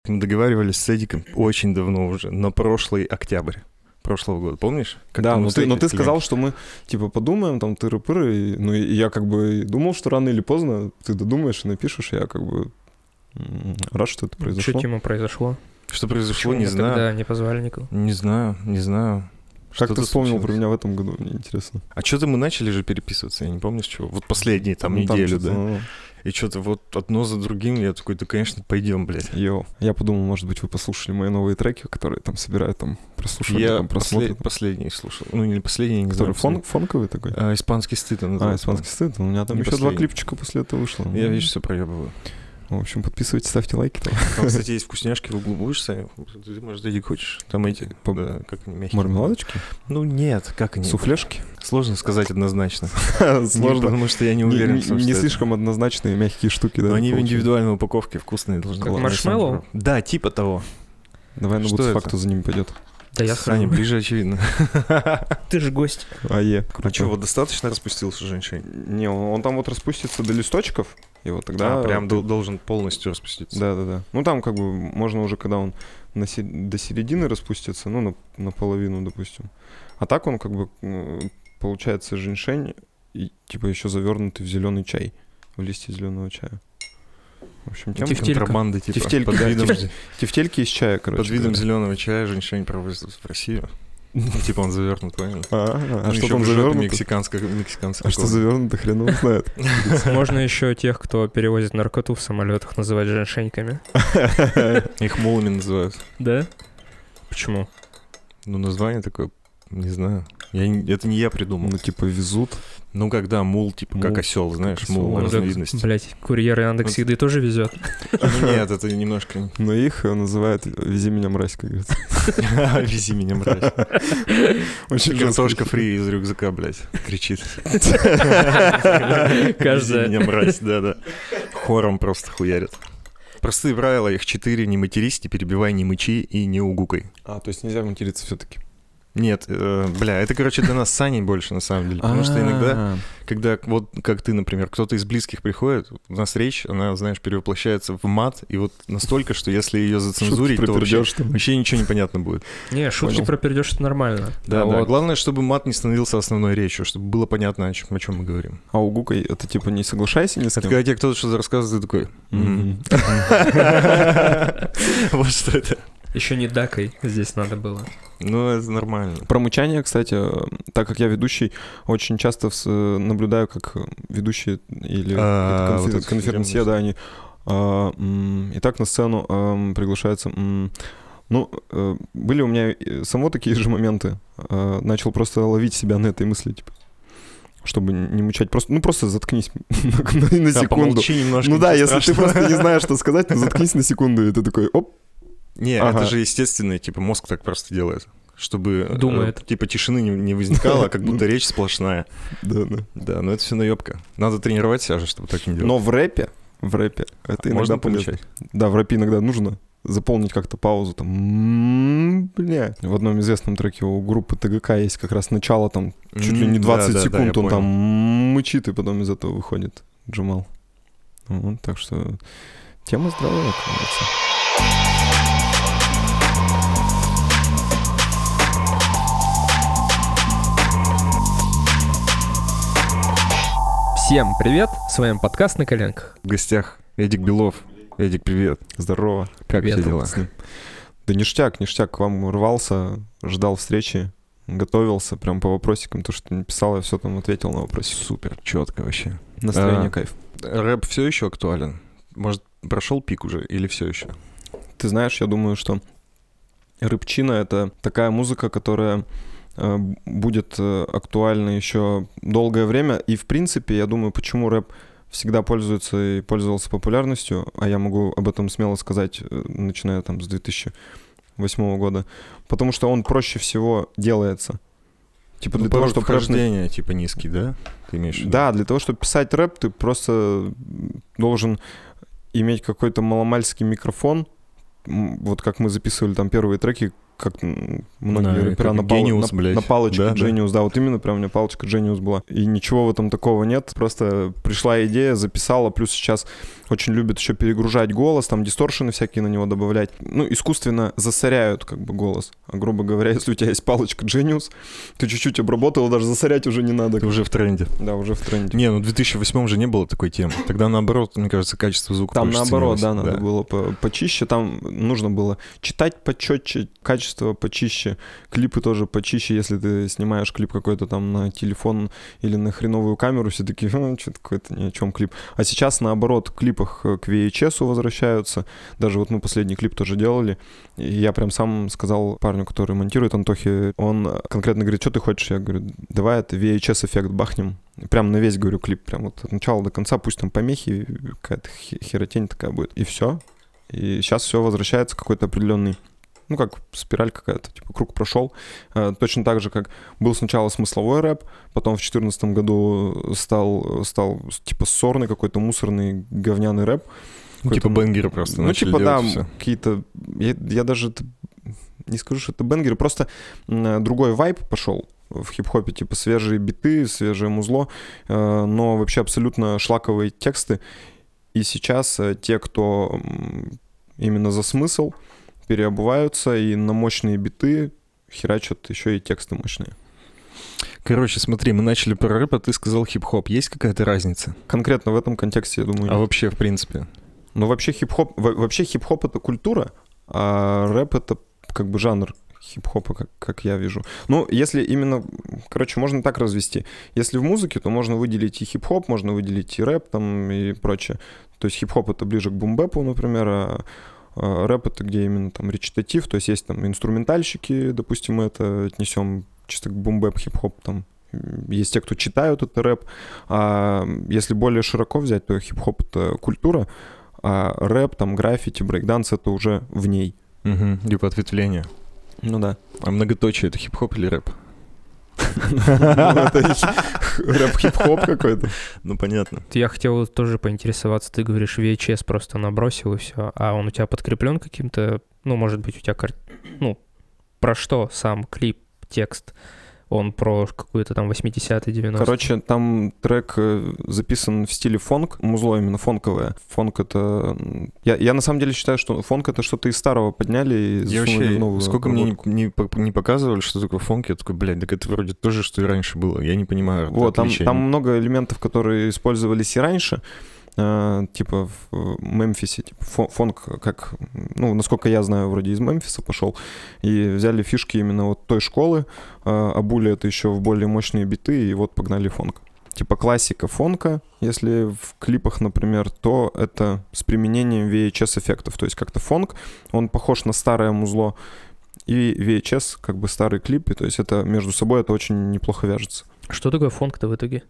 Мы договаривались с Эдиком очень давно уже, на прошлый октябрь прошлого года, помнишь? Как да, но ты сказал, что мы типа подумаем, там тыры-пыры, и я как бы думал, что рано или поздно ты додумаешь и напишешь, я как бы рад, что это произошло. Что тема произошло? Что произошло, почему не знаю. Тогда не позвали никого? Не знаю. Как ты вспомнил про меня в этом году, мне интересно. А что-то мы начали же переписываться, я не помню с чего. Вот последние там неделю, да. И что-то вот одно за другим, я такой, да, конечно, пойдем, блядь. Я подумал, может быть, вы послушали мои новые треки, которые там собирают, там, прослушивали, там, просмотры. Последний слушал. Ну, не последний, не знаю. Который фонковый такой? «Испанский стыд» он называется. «Испанский стыд». У меня там еще 2 клипчика после этого вышло. Я, видишь, все проебываю. В общем, подписывайтесь, ставьте лайки. Там, кстати, есть вкусняшки в углу. Будешь, Саня? Ты, может, Эдик, хочешь? Там эти, да, как они, мягкие. Мармеладочки? Ну, нет, как они? Суфлешки? Сложно сказать однозначно. Сложно. Потому что я не уверен, не слишком однозначные мягкие штуки, да? Но они в индивидуальной упаковке вкусные должны быть. Как маршмеллоу? Да, типа того. Давай на бутфакту за ними пойдет. Да я Саня, ближе очевидно. Ты же гость. А что, вот достаточно распустился женщин? Не, он там вот распустится до листочков, и вот тогда... прям должен полностью распуститься. Да. Ну там как бы можно уже, когда он до середины распустится, ну наполовину, допустим. А так он как бы получается женьшень, и типа еще завернутый в зеленый чай, в листья зеленого чая. В общем, тема контрабанды, типа. Тефтельки из чая, короче. Под видом зеленого чая женьшень провозят в Россию. Типа он завернут, правильно? А что там завернуто? Мексиканская. А что завернуто, хрен его знает. Можно еще тех, кто перевозит наркоту в самолетах, называть женьшеньками. Их мулами называют. Да? Почему? Ну, название такое, не знаю. Это не я придумал. Ну, типа везут. Ну, когда мул, типа как осел, знаешь, мул разновидности. Блять, курьер Яндекс.Еды тоже везет. Нет, это немножко... Но их называют «Вези меня, мразь», как говорится. «Вези меня, мразь». Очень картошка фри из рюкзака, блядь, кричит. «Вези меня, мразь», да. Хором просто хуярит. Простые правила, их 4. Не матерись, не перебивай, не мычи и не угукай. То есть нельзя материться все-таки? Нет, это, короче, для нас с Саней больше, на самом деле. Потому что иногда, когда, вот как ты, например, кто-то из близких приходит, у нас речь, она, знаешь, перевоплощается в мат, и вот настолько, что если ее зацензурить, то вообще ничего не понятно будет. Не, шутки про пердеж — это нормально. Да. Главное, чтобы мат не становился основной речью, чтобы было понятно, о чем мы говорим. А угукай — это типа не соглашайся ни с кем? Это когда тебе кто-то что-то рассказывает, ты такой... Вот что это. Еще не дакой здесь надо было. Ну, это нормально. Про мычание, кстати, так как я ведущий, очень часто наблюдаю, как ведущие или конференция, да, они... И так на сцену приглашаются... были у меня само такие же моменты. Начал просто ловить себя на этой мысли, типа. Чтобы не мучать, просто заткнись на секунду. Ну да, если ты просто не знаешь, что сказать, заткнись на секунду, и ты такой, оп. Не, это же естественно, типа мозг так просто делает, чтобы думает. Типа тишины не возникало, а как будто речь сплошная. Да, но это все наебка. Надо тренировать себя же, чтобы так не делать. Но в рэпе это иногда помогает. Да, в рэпе иногда нужно заполнить как-то паузу, там, бля. В одном известном треке у группы ТГК есть как раз начало, там, чуть ли не 20 секунд, он там мычит, и потом из этого выходит Джамал. Вот, так что тема здоровая, кажется. Всем привет, с вами подкаст «На коленках». В гостях Эдик Белов. Эдик, привет. Здорово. Как все дела? Да ништяк, к вам рвался, ждал встречи, готовился прям по вопросикам, то, что ты написал, я все там ответил на вопросы. Супер, четко вообще. Настроение кайф. Рэп все еще актуален? Может, прошел пик уже или все еще? Ты знаешь, я думаю, что рэпчина — это такая музыка, которая будет актуальна еще долгое время. И, в принципе, я думаю, почему рэп всегда пользуется и пользовался популярностью, а я могу об этом смело сказать, начиная там с 2008 года, потому что он проще всего делается. Типа для того, чтобы вхождение, типа низкий, да? Ты имеешь в виду? Да, для того, чтобы писать рэп, ты просто должен иметь какой-то маломальский микрофон. Вот как мы записывали там первые треки, как многие рэпера на палочку Genius, да, вот именно прям у меня палочка Genius была. И ничего в этом такого нет, просто пришла идея, записала, плюс сейчас очень любят еще перегружать голос, там дисторшены всякие на него добавлять. Ну, искусственно засоряют как бы голос. А, грубо говоря, если у тебя есть палочка Genius, ты чуть-чуть обработал, даже засорять уже не надо. Ты уже в тренде. Да, уже в тренде. Не, ну в 2008 же не было такой темы. Тогда наоборот, мне кажется, качество звука там больше наоборот, ценилось. да, надо было почище. Там нужно было читать почетче, качество почище, клипы тоже почище. Если ты снимаешь клип какой-то там на телефон или на хреновую камеру, все такие, что-то какой-то ни о чем клип. А сейчас наоборот, в клипах к VHS возвращаются. Даже вот мы последний клип тоже делали. И я прям сам сказал парню, который монтирует, Антохе, он конкретно говорит, что ты хочешь? Я говорю, давай это VHS-эффект бахнем. Прям на весь, говорю, клип, прям вот от начала до конца, пусть там помехи, какая-то херотень такая будет. И все. И сейчас все возвращается какой-то определенный, ну, как спираль какая-то, типа круг прошел. Точно так же, как был сначала смысловой рэп, потом в 2014 году стал типа ссорный какой-то мусорный говняный рэп. Ну, типа бенгеры просто. Ну, типа, да, все. какие-то... Я даже не скажу, что это бенгеры, просто другой вайб пошел в хип-хопе, типа свежие биты, свежее музло, но вообще абсолютно шлаковые тексты. И сейчас те, кто именно за смысл, переобуваются и на мощные биты херачат еще и тексты мощные. Короче, смотри, мы начали про рэп, а ты сказал хип-хоп. Есть какая-то разница? Конкретно в этом контексте, я думаю, нет. А вообще, в принципе? Ну, вообще хип-хоп — это культура, а рэп — это как бы жанр хип-хопа, как я вижу. Ну, если именно... Короче, можно так развести. Если в музыке, то можно выделить и хип-хоп, можно выделить и рэп там и прочее. То есть хип-хоп — это ближе к бум-бэпу, например, а рэп — это где именно там речитатив, то есть есть там инструментальщики, допустим, мы это отнесем чисто к бум-бэп, хип-хоп, там есть те, кто читают это рэп, а если более широко взять, то хип-хоп — это культура, а рэп, там граффити, брейкданс — это уже в ней. Угу, типа ответвление. Ну да. А многоточие — это хип-хоп или рэп? Это рэп-хип-хоп какой-то. Ну, понятно. Я хотел тоже поинтересоваться, ты говоришь, VHS просто набросил и все, а он у тебя подкреплен каким-то, ну, может быть, у тебя, ну, про что сам клип, текст? Он про какую-то там 80-е, 90-е. Короче, там трек записан в стиле фонк, музло именно фонковое. Фонк — это... Я на самом деле считаю, что фонк — это что-то из старого подняли и засунули в новую. Сколько мне не показывали, что такое фонк, я такой, блядь, так это вроде то же, что и раньше было. Я не понимаю. Вот, там много элементов, которые использовались и раньше. Типа в Мемфисе, типа фонк, как, ну, насколько я знаю, вроде из Мемфиса пошел, и взяли фишки именно вот той школы, обули это еще в более мощные биты, и вот погнали фонк. Типа классика фонка, если в клипах, например, то это с применением VHS-эффектов, то есть как-то фонк, он похож на старое музло, и VHS, как бы старый клип, и то есть это между собой это очень неплохо вяжется. Что такое фонк-то в итоге?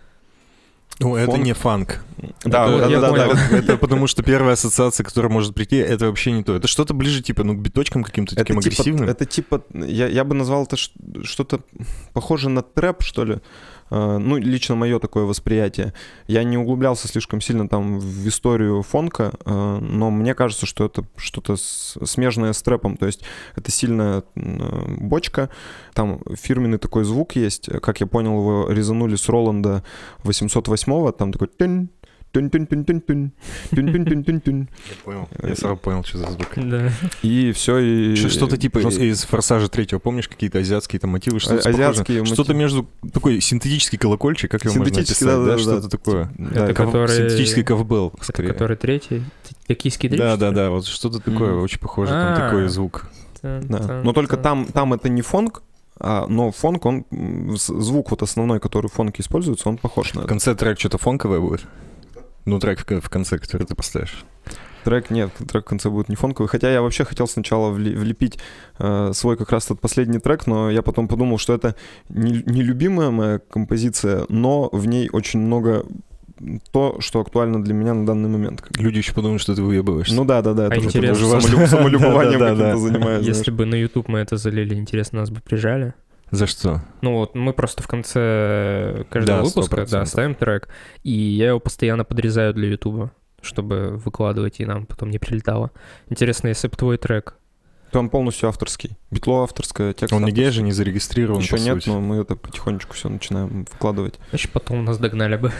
Ну, это не фанк. Да, это потому что первая ассоциация, которая может прийти, это вообще не то. Это что-то ближе, типа, ну, к биточкам каким-то таким агрессивным. Это типа, я бы назвал это что-то похоже на трэп, что ли. Ну, лично мое такое восприятие. Я не углублялся слишком сильно там в историю фонка, но мне кажется, что это что-то смежное с трэпом. То есть это сильная бочка, там фирменный такой звук есть. Как я понял, его резанули с Роланда 808-го, там такой тын. Тун-тун-тун-тун-тун. Тун-тун-тун-тун-тун. Я понял. Я сразу понял, что за звук. Да. И все, и... Что-то типа из «Форсажа 3», помнишь, какие-то азиатские там мотивы? Что-то азиатские мотивы. Что-то между... Такой синтетический колокольчик, как его можно описать? Да, что-то такое. Это который... Синтетический ковбелл, скорее. Это который третий? Токийский дрифт? Да, вот что-то такое очень похоже, там такой звук. Но только там это не фонк, но фонк, он... Звук вот основной, который в фонке используется, он похож на это. В конце трек что-то фонковое будет? Ну, трек в конце, который ты поставишь. Трек в конце будет не фонковый. Хотя я вообще хотел сначала влепить свой как раз тот последний трек, но я потом подумал, что это нелюбимая моя композиция, но в ней очень много то, что актуально для меня на данный момент. Люди еще подумают, что ты выебываешься. Ну да, это интересно. уже самолюбованием каким-то занимаюсь. Если бы на YouTube мы это залили, интересно, нас бы прижали. За что? Ну вот мы просто в конце каждого выпуска ставим трек, и я его постоянно подрезаю для Ютуба, чтобы выкладывать и нам потом не прилетало. Интересно, если бы твой трек Там полностью авторский. Битло авторское, текст Он авторский. нигде же не зарегистрирован, Еще по нет, сути. но мы это потихонечку все начинаем вкладывать. Значит, потом нас догнали бы.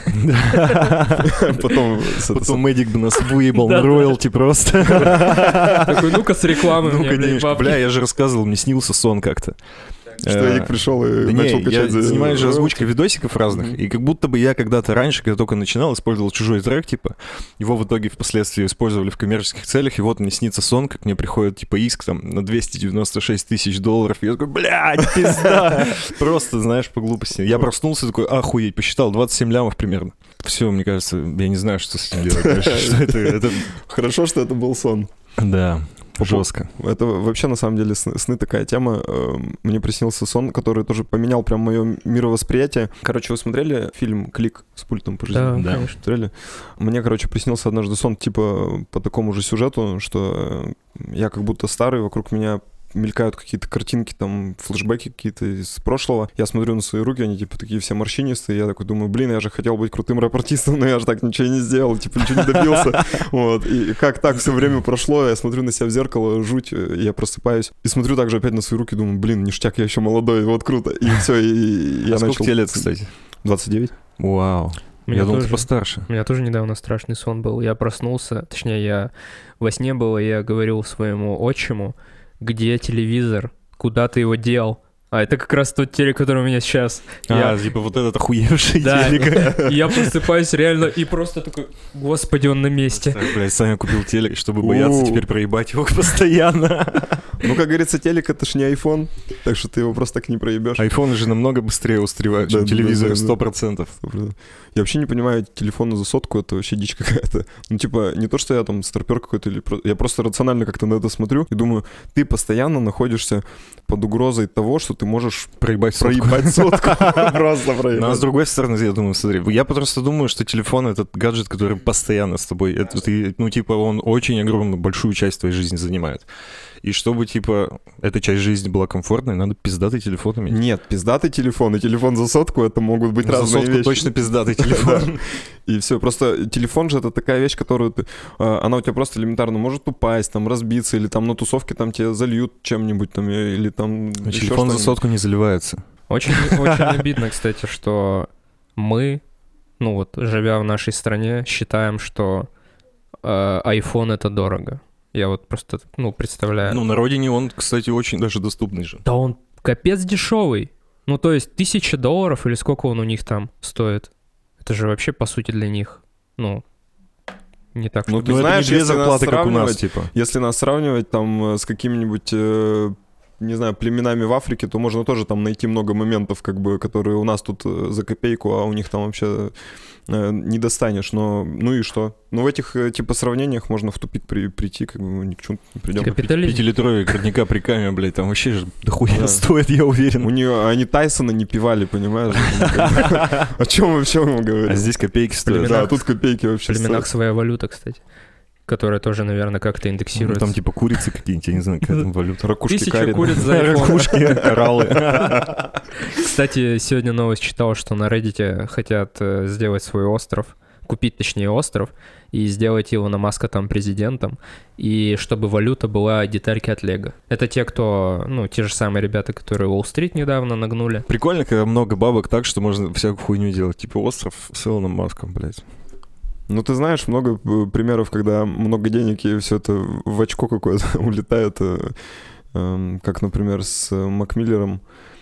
Потом Медик бы нас выебал Да, на да. роялти просто. Такой, ну-ка с рекламы Ну, мне, блин, конечно. бабки. Бля, я же рассказывал, мне снился сон как-то. что Ник пришел и Да начал не, качать. я занимаюсь же озвучкой видосиков разных, Мгм. и как будто бы я когда-то раньше, когда только начинал, использовал чужой трек, типа, его в итоге впоследствии использовали в коммерческих целях, и вот мне снится сон, как мне приходит, типа, иск там на $296 тысяч, и я такой, блядь, пизда! Просто, знаешь, по глупости. Я проснулся такой, охуеть, посчитал, 27 лямов примерно. Все, мне кажется, я не знаю, что с этим делать дальше. Что это? Хорошо, что это был сон. Да, жестко. Это вообще, на самом деле, сны такая тема. Мне приснился сон, который тоже поменял прям мое мировосприятие. Короче, вы смотрели фильм «Клик» с пультом по жизни? Да, Да. конечно. Смотрели? Мне, короче, приснился однажды сон, типа, по такому же сюжету, что я как будто старый, вокруг меня мелькают какие-то картинки, там, флешбеки какие-то из прошлого. Я смотрю на свои руки, они, типа, такие все морщинистые. Я такой думаю, блин, я же хотел быть крутым рэп-артистом, но я же так ничего и не сделал, типа, ничего не добился. Вот. И как так все время прошло, я смотрю на себя в зеркало, жуть, я просыпаюсь. И смотрю также опять на свои руки, думаю, блин, ништяк, я еще молодой, вот круто. И все, и я А сколько начал... тебе лет, кстати? 29. Вау. Меня Я думал, ты тоже. постарше. У меня тоже недавно страшный сон был. Я проснулся, точнее, я во сне был, и я говорил своему отчиму, где телевизор, куда ты его дел? А это как раз тот телек, который у меня сейчас. Типа вот этот охуевший Да. телек. И я просыпаюсь реально и просто такой, господи, он на месте. Так, блядь, Саня купил телек, чтобы бояться теперь проебать его постоянно. Ну, как говорится, телек — это ж не iPhone, так что ты его просто так не проебешь. Айфоны же намного быстрее устаревают, чем Да, телевизоры, да, да. 100%. Я вообще не понимаю, телефоны за сотку — это вообще дичь какая-то. Ну, типа, не то, что я там старпер какой-то, я просто рационально как-то на это смотрю и думаю, ты постоянно находишься под угрозой того, что ты можешь Проебать сотку. проебать сотку. Просто Но с проебать. другой стороны, я думаю, смотри, я просто думаю, что телефон — это гаджет, который постоянно с тобой. Это ты, ну, типа, он очень огромную, большую часть твоей жизни занимает. И чтобы, типа, эта часть жизни была комфортной, надо пиздатый телефон иметь. Нет, пиздатый телефон и телефон за сотку — это могут быть За разные сотку вещи. точно пиздатый телефон. И все, просто телефон же — это такая вещь, которую ты, она у тебя просто элементарно может упасть, там, разбиться, или там на тусовке там тебе зальют чем-нибудь там, или там еще Телефон за что-нибудь. сотку не заливается. Очень, очень обидно, кстати, что мы, ну вот, живя в нашей стране, считаем, что iPhone — это дорого. Я вот просто, ну, представляю. Ну, на родине он, кстати, очень даже доступный же. Да он капец дешевый. Ну, то есть $1000 или сколько он у них там стоит. Это же вообще, по сути, для них, ну, не так, Ну, что... ты Ну, знаешь, это не две если нас зарплаты, как у нас, сравнивать, типа. Если нас сравнивать там с какими-нибудь, не знаю, племенами в Африке, то можно тоже там найти много моментов, как бы, которые у нас тут за копейку, а у них там вообще не достанешь. Но, ну и что? Ну, в этих, типа, сравнениях можно в тупик прийти, как бы мы ни к чему не придем. Капитализм. 5-литровик родника при каме, блядь, там вообще же дохуя Да. стоит, я уверен. У нее, они Тайсона не пивали, понимаешь? О чем вообще мы А говорим? здесь копейки стоят. Да, тут копейки В вообще племенах стоят. своя валюта, кстати, которая тоже, наверное, как-то Ну, индексируется. там типа курицы какие-нибудь, я не знаю, какая там валюта. Ракушки 1000 Карина. куриц за iPhone. Ракушки, кораллы. Кстати, сегодня новость читал, что на Reddit хотят сделать свой остров, купить, точнее, остров, и сделать его на Маска там президентом, и чтобы валюта была детальки от Лего. Это те, кто, ну, те же самые ребята, которые Уолл-стрит недавно нагнули. Прикольно, когда много бабок так, что можно всякую хуйню делать. Типа остров с Илоном Маском, блядь. Ну, ты знаешь, много примеров, когда много денег и все это в очко какое-то улетает, как, например, с Макмиллером.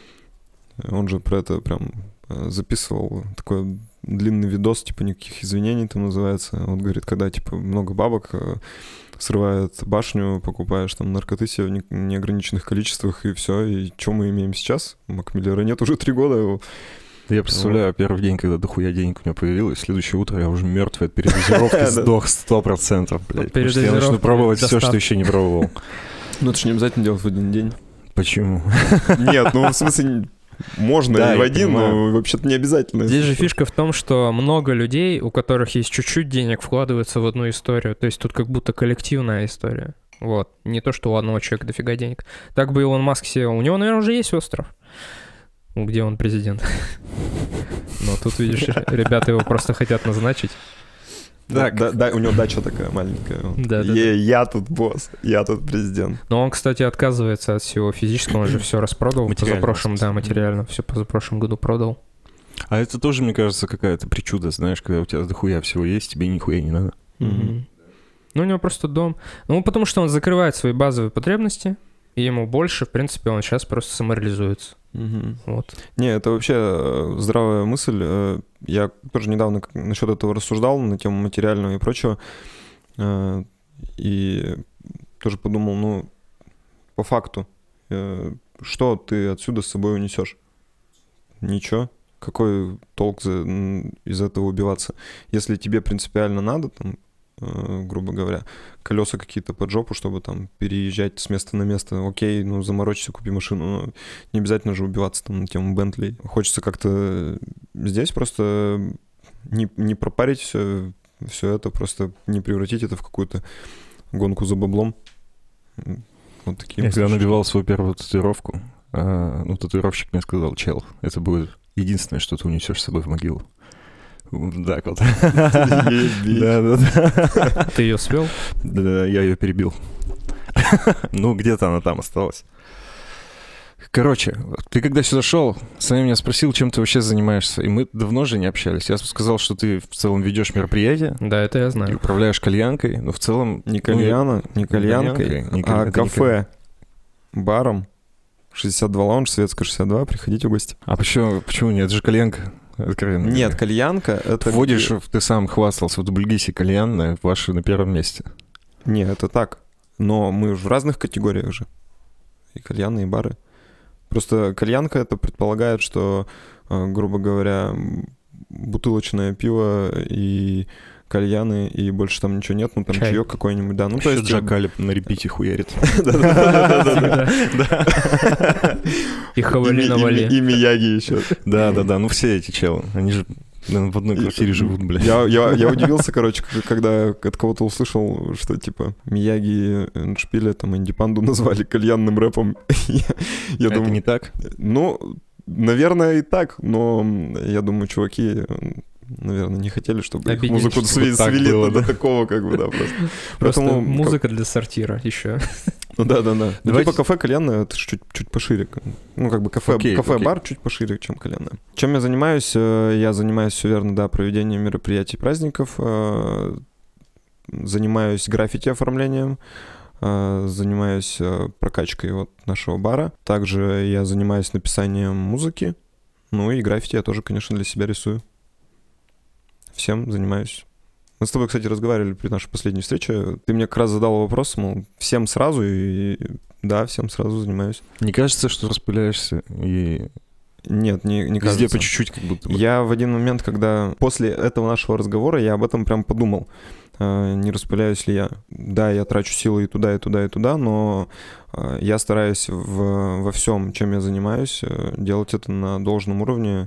Он же про это прям записывал такой длинный видос, типа никаких извинений там называется. Он говорит, когда, типа, много бабок срывает башню, покупаешь там наркоты себе в неограниченных количествах, и все. И что мы имеем сейчас? Макмиллера нет уже 3 года. Его. Я представляю, первый день, когда дохуя денег у меня появилось, следующее утро я уже мертвый от передозировки, сдох 100%, блядь. Потому что я начну пробовать все, что еще не пробовал. Ну, это же не обязательно делать в один день. Почему? Нет, ну, в смысле, можно Да, и в я один, понимаю. но вообще-то не обязательно. Здесь же если что. фишка в том, что много людей, у которых есть чуть-чуть денег, вкладываются в одну историю. То есть тут как будто коллективная история. Вот. Не то, что у одного человека дофига денег. Так бы Илон Маск сел. У него, наверное, уже есть остров. Где он президент. Но тут, видишь, ребята его просто хотят назначить. Да, у него дача такая маленькая. Да. Я тут босс, я тут президент. Но он, кстати, отказывается от всего физического, он же все распродал. Позапрошлом, да, материально, все позапрошлом году продал. А это тоже, мне кажется, какая-то причуда, знаешь, когда у тебя дохуя всего есть, тебе нихуя не надо. Ну, у него просто дом. Ну, потому что он закрывает свои базовые потребности, и ему больше, в принципе, он сейчас просто самореализуется. Вот. Не, это вообще здравая мысль. Я тоже недавно насчет этого рассуждал, на тему материального и прочего. И тоже подумал, ну, по факту, что ты отсюда с собой унесешь? Ничего. Какой толк из этого убиваться? Если тебе принципиально надо, там, грубо говоря, колеса какие-то под жопу, чтобы там переезжать с места на место, окей, ну заморочься, купи машину, но не обязательно же убиваться там на тему Бентли. Хочется как-то здесь просто не пропарить все это, просто не превратить это в какую-то гонку за баблом. Вот такие. Я когда набивал свою первую татуировку, татуировщик мне сказал: чел, это будет единственное, что ты унесешь с собой в могилу. Так вот. Да. Ты ее свел? Да, я ее перебил. Ну, где-то она там осталась. Короче, ты когда сюда шел, Саня меня спросил, чем ты вообще занимаешься. И мы давно же не общались. Я сказал, что ты в целом ведешь мероприятие. Да, это я И знаю. управляешь кальянкой, но в целом... Не кальянкой, а кафе, баром. 62 лаунж, Светская 62, приходите в гости. А почему нет? Это же кальянка. Откровенно. Нет, кальянка — это... Вводишь, ты сам хвастался, вот в Бельгисе кальянная, ваши на первом месте. Не, это так. Но мы же в разных категориях же. И кальяны, и бары. Просто кальянка — это предполагает, что, грубо говоря, бутылочное пиво и кальяны, и больше там ничего нет, ну там чаек какой-нибудь, да. Ну, то есть Джакали на репите хуярит. Да-да-да. И Хавали навали. И Мияги еще. Да-да-да, ну все эти челы, они же в одной квартире живут, блядь. Я удивился, короче, когда от кого-то услышал, что типа Мияги и Шпиля там Инди Панду назвали кальянным рэпом. Я думаю, это не так? Ну, наверное, и так, но я думаю, чуваки, наверное, не хотели, чтобы их музыку свели до такого, как бы, да, просто. Просто музыка для сортира еще. Ну да-да-да. Ну, типа кафе кальянное, это чуть пошире. Ну, как бы кафе-бар чуть пошире, чем кальянное. Чем я занимаюсь? Я занимаюсь, все верно, да, проведением мероприятий, праздников. Занимаюсь граффити-оформлением. Занимаюсь прокачкой вот нашего бара. Также я занимаюсь написанием музыки. Ну и граффити я тоже, конечно, для себя рисую. Всем занимаюсь. Мы с тобой, кстати, разговаривали при нашей последней встрече. Ты мне как раз задал вопрос, мол, всем сразу, и да, всем сразу занимаюсь. Не кажется, что распыляешься и... Нет, не кажется. Везде по чуть-чуть как будто бы. Я в один момент, когда после этого нашего разговора, я об этом прям подумал. Не распыляюсь ли я? Да, я трачу силы и туда, и туда, и туда, но я стараюсь во всем, чем я занимаюсь, делать это на должном уровне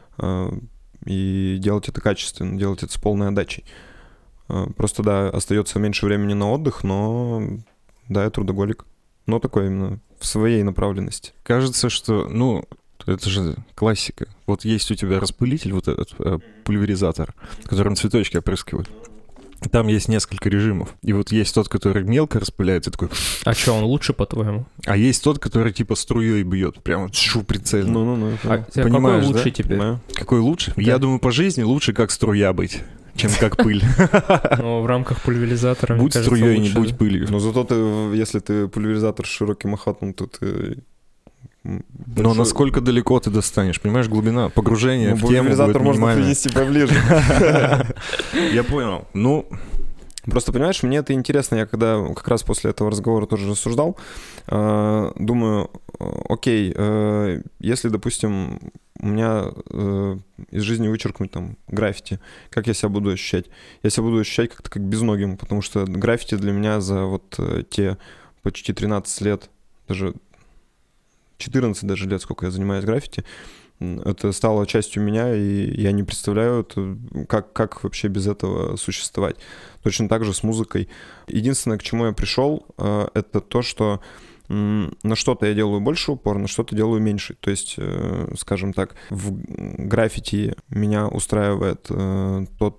и делать это качественно, делать это с полной отдачей. Просто, да, остается меньше времени на отдых, но, да, я трудоголик. Но такой именно в своей направленности. Кажется, что, это же классика. Вот есть у тебя распылитель, вот этот пульверизатор, которым цветочки опрыскивают. Там есть несколько режимов. И вот есть тот, который мелко распыляется, такой... А что, он лучше, по-твоему? А есть тот, который типа струей бьет, прямо прицельно. Ну. Понимаешь, какой лучше теперь? Какой лучше? Да. Я думаю, по жизни лучше как струя быть, чем как пыль. Но в рамках пульверизатора, будь струей, не будь пылью. Но зато если ты пульверизатор с широким охватом, то ты... Но насколько далеко ты достанешь, понимаешь, глубина погружения в тему будет пульверизатор можно принести поближе. Я понял. Просто, понимаешь, мне это интересно. Я когда как раз после этого разговора тоже рассуждал, думаю, окей, если, допустим, у меня из жизни вычеркнуть там граффити, как я себя буду ощущать? Я себя буду ощущать как-то как безногим, потому что граффити для меня за вот те почти 13 лет, даже 14 даже лет, сколько я занимаюсь граффити, это стало частью меня, и я не представляю, как вообще без этого существовать. Точно так же с музыкой. Единственное, к чему я пришел, это то, что на что-то я делаю больше упор, на что-то делаю меньше. То есть, скажем так, в граффити меня устраивает тот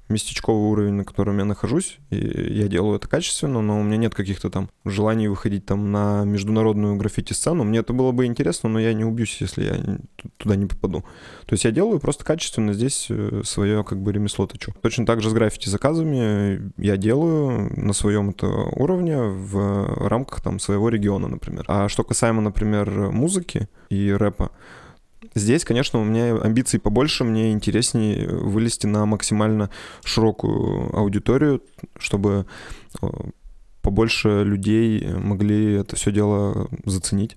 местечковый уровень, на котором я нахожусь, и я делаю это качественно, но у меня нет каких-то там желаний выходить там на международную граффити-сцену. Мне это было бы интересно, но я не убьюсь, если я туда не попаду. То есть я делаю просто качественно здесь свое как бы ремесло точу. Точно так же с граффити-заказами я делаю на своем это уровне в рамках там своего региона, например. А что касаемо, например, музыки и рэпа, здесь, конечно, у меня амбиций побольше, мне интереснее вылезти на максимально широкую аудиторию, чтобы побольше людей могли это все дело заценить.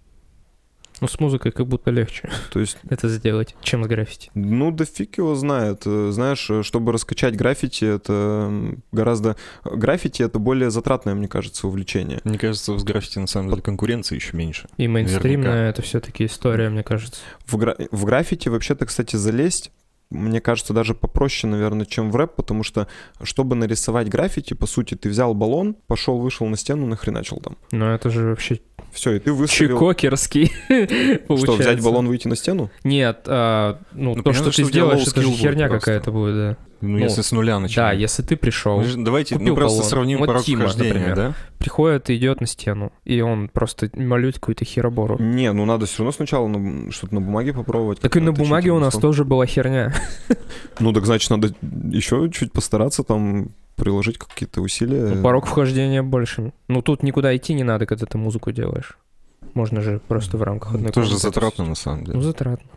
Ну, с музыкой как будто легче То есть, это сделать, чем с граффити. ну, да фиг его знает. Знаешь, чтобы раскачать граффити, это гораздо... Граффити — это более затратное, мне кажется, увлечение. Мне кажется, с граффити на самом деле конкуренции еще меньше. И мейнстримная Наверняка. это все-таки история, мне кажется. В граффити вообще-то, кстати, залезть, мне кажется, даже попроще, наверное, чем в рэп, потому что, чтобы нарисовать граффити, по сути, ты взял баллон, пошел, вышел на стену, нахреначил там. Но это же вообще Все, и ты выставил... чекокерский, получается. Что, взять баллон, выйти на стену? Нет, то, понятно, что ты что у тебя сделаешь, low это же skill будет херня просто. какая-то будет, да. Ну, Ну, если с нуля Да, начинаем. если ты пришел, Давайте, купил просто баллон. сравним Вот порог Тима, вхождения, например. да? приходит и идет на стену, и он просто малюет какую-то херобору. Не, ну надо все равно сначала что-то на бумаге попробовать. Так и на отточить бумаге у нас ремесло. тоже была херня. Ну так значит, надо еще чуть постараться там приложить какие-то усилия. Ну, порог вхождения больше. Ну, тут никуда идти не надо, когда ты музыку делаешь. Можно же просто в рамках одной Тоже комнаты. затратно, на самом Ну, деле. затратно.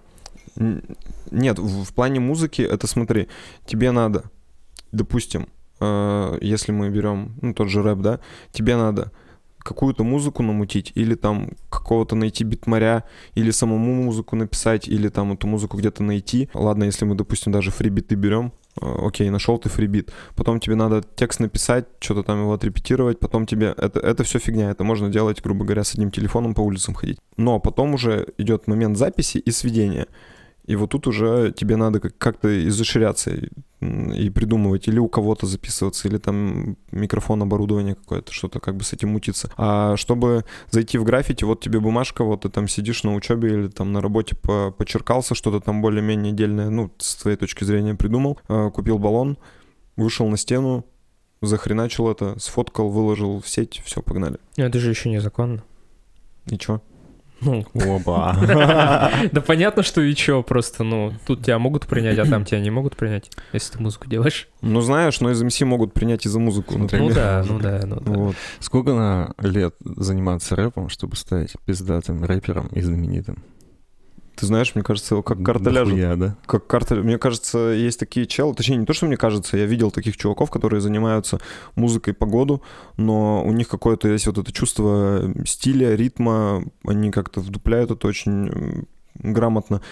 Нет, в плане музыки это смотри, тебе надо, допустим, если мы берем, ну, тот же рэп, да, тебе надо какую-то музыку намутить, или там какого-то найти битмаря, или самому музыку написать, или там эту музыку где-то найти. Ладно, если мы, допустим, даже фрибиты берем, окей, нашел ты фрибит, потом тебе надо текст написать, что-то там его отрепетировать, потом тебе... Это все фигня, это можно делать, грубо говоря, с одним телефоном по улицам ходить. Но потом уже идет момент записи и сведения. И вот тут уже тебе надо как-то изощряться и придумывать, или у кого-то записываться, или там микрофон, оборудование какое-то, что-то как бы с этим мутиться. А чтобы зайти в граффити, вот тебе бумажка, вот ты там сидишь на учебе или там на работе почеркался, что-то там более-менее дельное, ну, с твоей точки зрения придумал, купил баллон, вышел на стену, захреначил это, сфоткал, выложил в сеть, все, погнали. Это же еще незаконно. И чё? Ну, Оба. да понятно, что и чё, просто, ну, тут тебя могут принять, а там тебя не могут принять, если ты музыку делаешь. Ну, знаешь, но из МС могут принять и за музыку, например. Ну да. Вот. Сколько на лет заниматься рэпом, чтобы стать пиздатым рэпером и знаменитым? Ты знаешь, мне кажется, как картеляжу. Нахуя, да? Как картель. Мне кажется, есть такие челы, точнее, не то, что мне кажется, я видел таких чуваков, которые занимаются музыкой по году, но у них какое-то есть вот это чувство стиля, ритма, они как-то вдупляют это очень грамотно.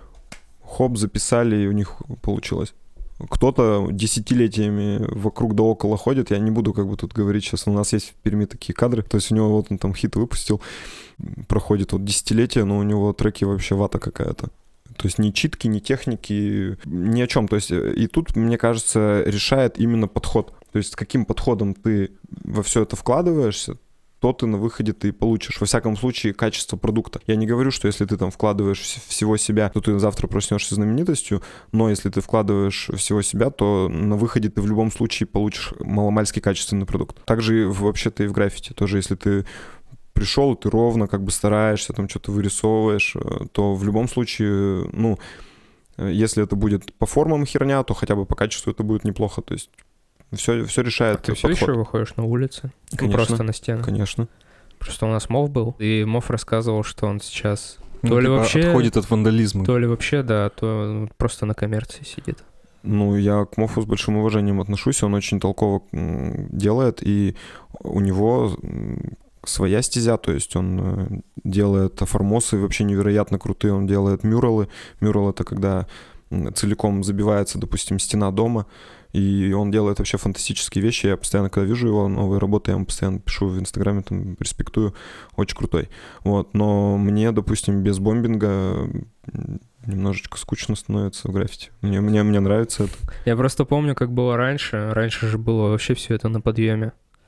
Хоп, записали, и у них получилось. Кто-то десятилетиями вокруг да около ходит, я не буду как бы тут говорить сейчас, у нас есть в Перми такие кадры, то есть у него вот он там хит выпустил, проходит вот десятилетие, но у него треки вообще вата какая-то. То есть ни читки, ни техники, ни о чем. То есть и тут, мне кажется, решает именно подход. То есть с каким подходом ты во все это вкладываешься, то ты на выходе ты получишь, во всяком случае, качество продукта. Я не говорю, что если ты там вкладываешь всего себя, то ты завтра проснешься знаменитостью, но если ты вкладываешь всего себя, то на выходе ты в любом случае получишь маломальски качественный продукт. Также вообще-то и в граффити тоже, если ты пришел, ты ровно как бы стараешься, там что-то вырисовываешь, то в любом случае, ну, если это будет по формам херня, то хотя бы по качеству это будет неплохо, то есть все решает Ты все подход. еще выходишь на улицы? Конечно. Просто на стену? Конечно. Просто у нас Мов был, и Мов рассказывал, что он сейчас Ну, то ли типа, вообще... отходит от вандализма. То ли вообще, да, то просто на коммерции сидит. Ну, я к Мофу с большим уважением отношусь, он очень толково делает, и у него своя стезя, то есть он делает формосы вообще невероятно крутые, он делает мюралы. Мюрал — это когда целиком забивается, допустим, стена дома, и он делает вообще фантастические вещи. Я постоянно, когда вижу его новые работы, я ему постоянно пишу в Инстаграме, там, респектую, очень крутой. Вот, но мне, допустим, без бомбинга немножечко скучно становится в граффити. Мне нравится это. Я просто помню, как было раньше. Раньше же было вообще все это на подъеме.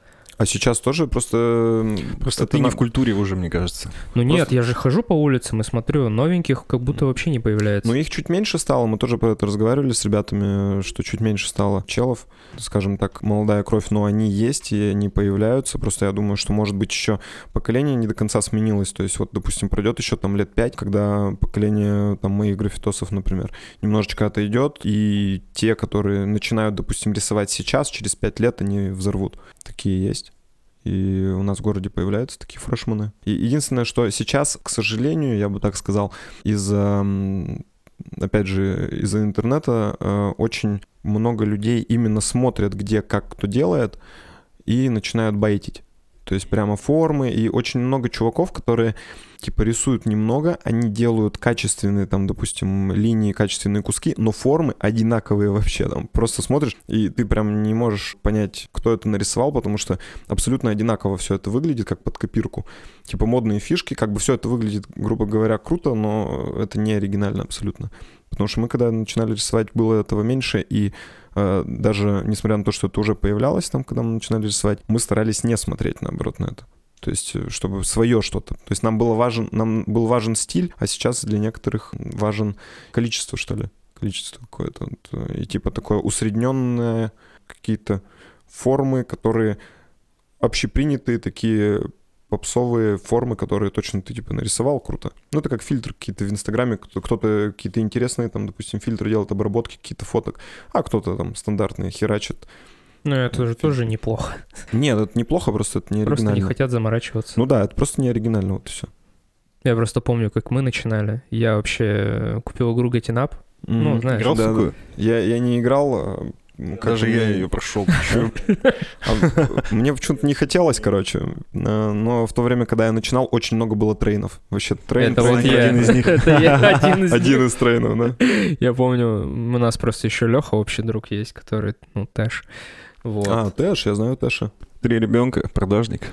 А сейчас тоже просто ты не в культуре уже, мне кажется. Ну нет, я же хожу по улицам и смотрю, новеньких как будто вообще не появляется. Ну их чуть меньше стало, мы тоже про это разговаривали с ребятами, что чуть меньше стало челов, скажем так, молодая кровь, но они есть и они появляются. Просто я думаю, что, может быть, еще поколение не до конца сменилось. То есть вот, допустим, пройдет еще там лет 5, когда поколение там моих граффитосов, например, немножечко отойдет, и те, которые начинают, допустим, рисовать сейчас, через 5 лет они взорвут. Такие есть. И у нас в городе появляются такие фрешмены. И единственное, что сейчас, к сожалению, я бы так сказал, опять же, из-за интернета очень много людей именно смотрят, где, как кто делает, и начинают байтить. То есть прямо формы, и очень много чуваков, которые типа рисуют немного, они делают качественные там, допустим, линии, качественные куски, но формы одинаковые вообще там. Просто смотришь, и ты прям не можешь понять, кто это нарисовал, потому что абсолютно одинаково все это выглядит, как под копирку. Типа модные фишки, как бы все это выглядит, грубо говоря, круто, но это не оригинально абсолютно. Потому что мы, когда начинали рисовать, было этого меньше, и даже несмотря на то, что это уже появлялось там, когда мы начинали рисовать, мы старались не смотреть, наоборот, на это. То есть, чтобы свое что-то. То есть нам был важен стиль, а сейчас для некоторых важен количество, что ли. Количество какое-то. И типа такое усредненное, какие-то формы, которые общепринятые, такие попсовые формы, которые точно ты типа нарисовал, круто. Ну, это как фильтры какие-то в Инстаграме, кто-то какие-то интересные, там, допустим, фильтры делает, обработки какие-то фоток, а кто-то там стандартные херачит. Ну, это же тоже неплохо. Нет, это неплохо, просто это не оригинально. Просто не хотят заморачиваться. Ну да, это просто не оригинально, вот и все. Я просто помню, как мы начинали. Я вообще купил игру Getting Up. Ну, знаешь. Играл в такую? Я не играл. Даже я ее прошел. Мне почему-то не хотелось, короче. Но в то время, когда я начинал, очень много было трейнов. Вообще трейн. Это вот я. Один из них. Это я один из них. Один из трейнов, да. Я помню, у нас просто еще Леха, общий друг есть, который, ну, Тэш. Вот. А, Тэш, я знаю Тэша. 3 ребенка, продажник.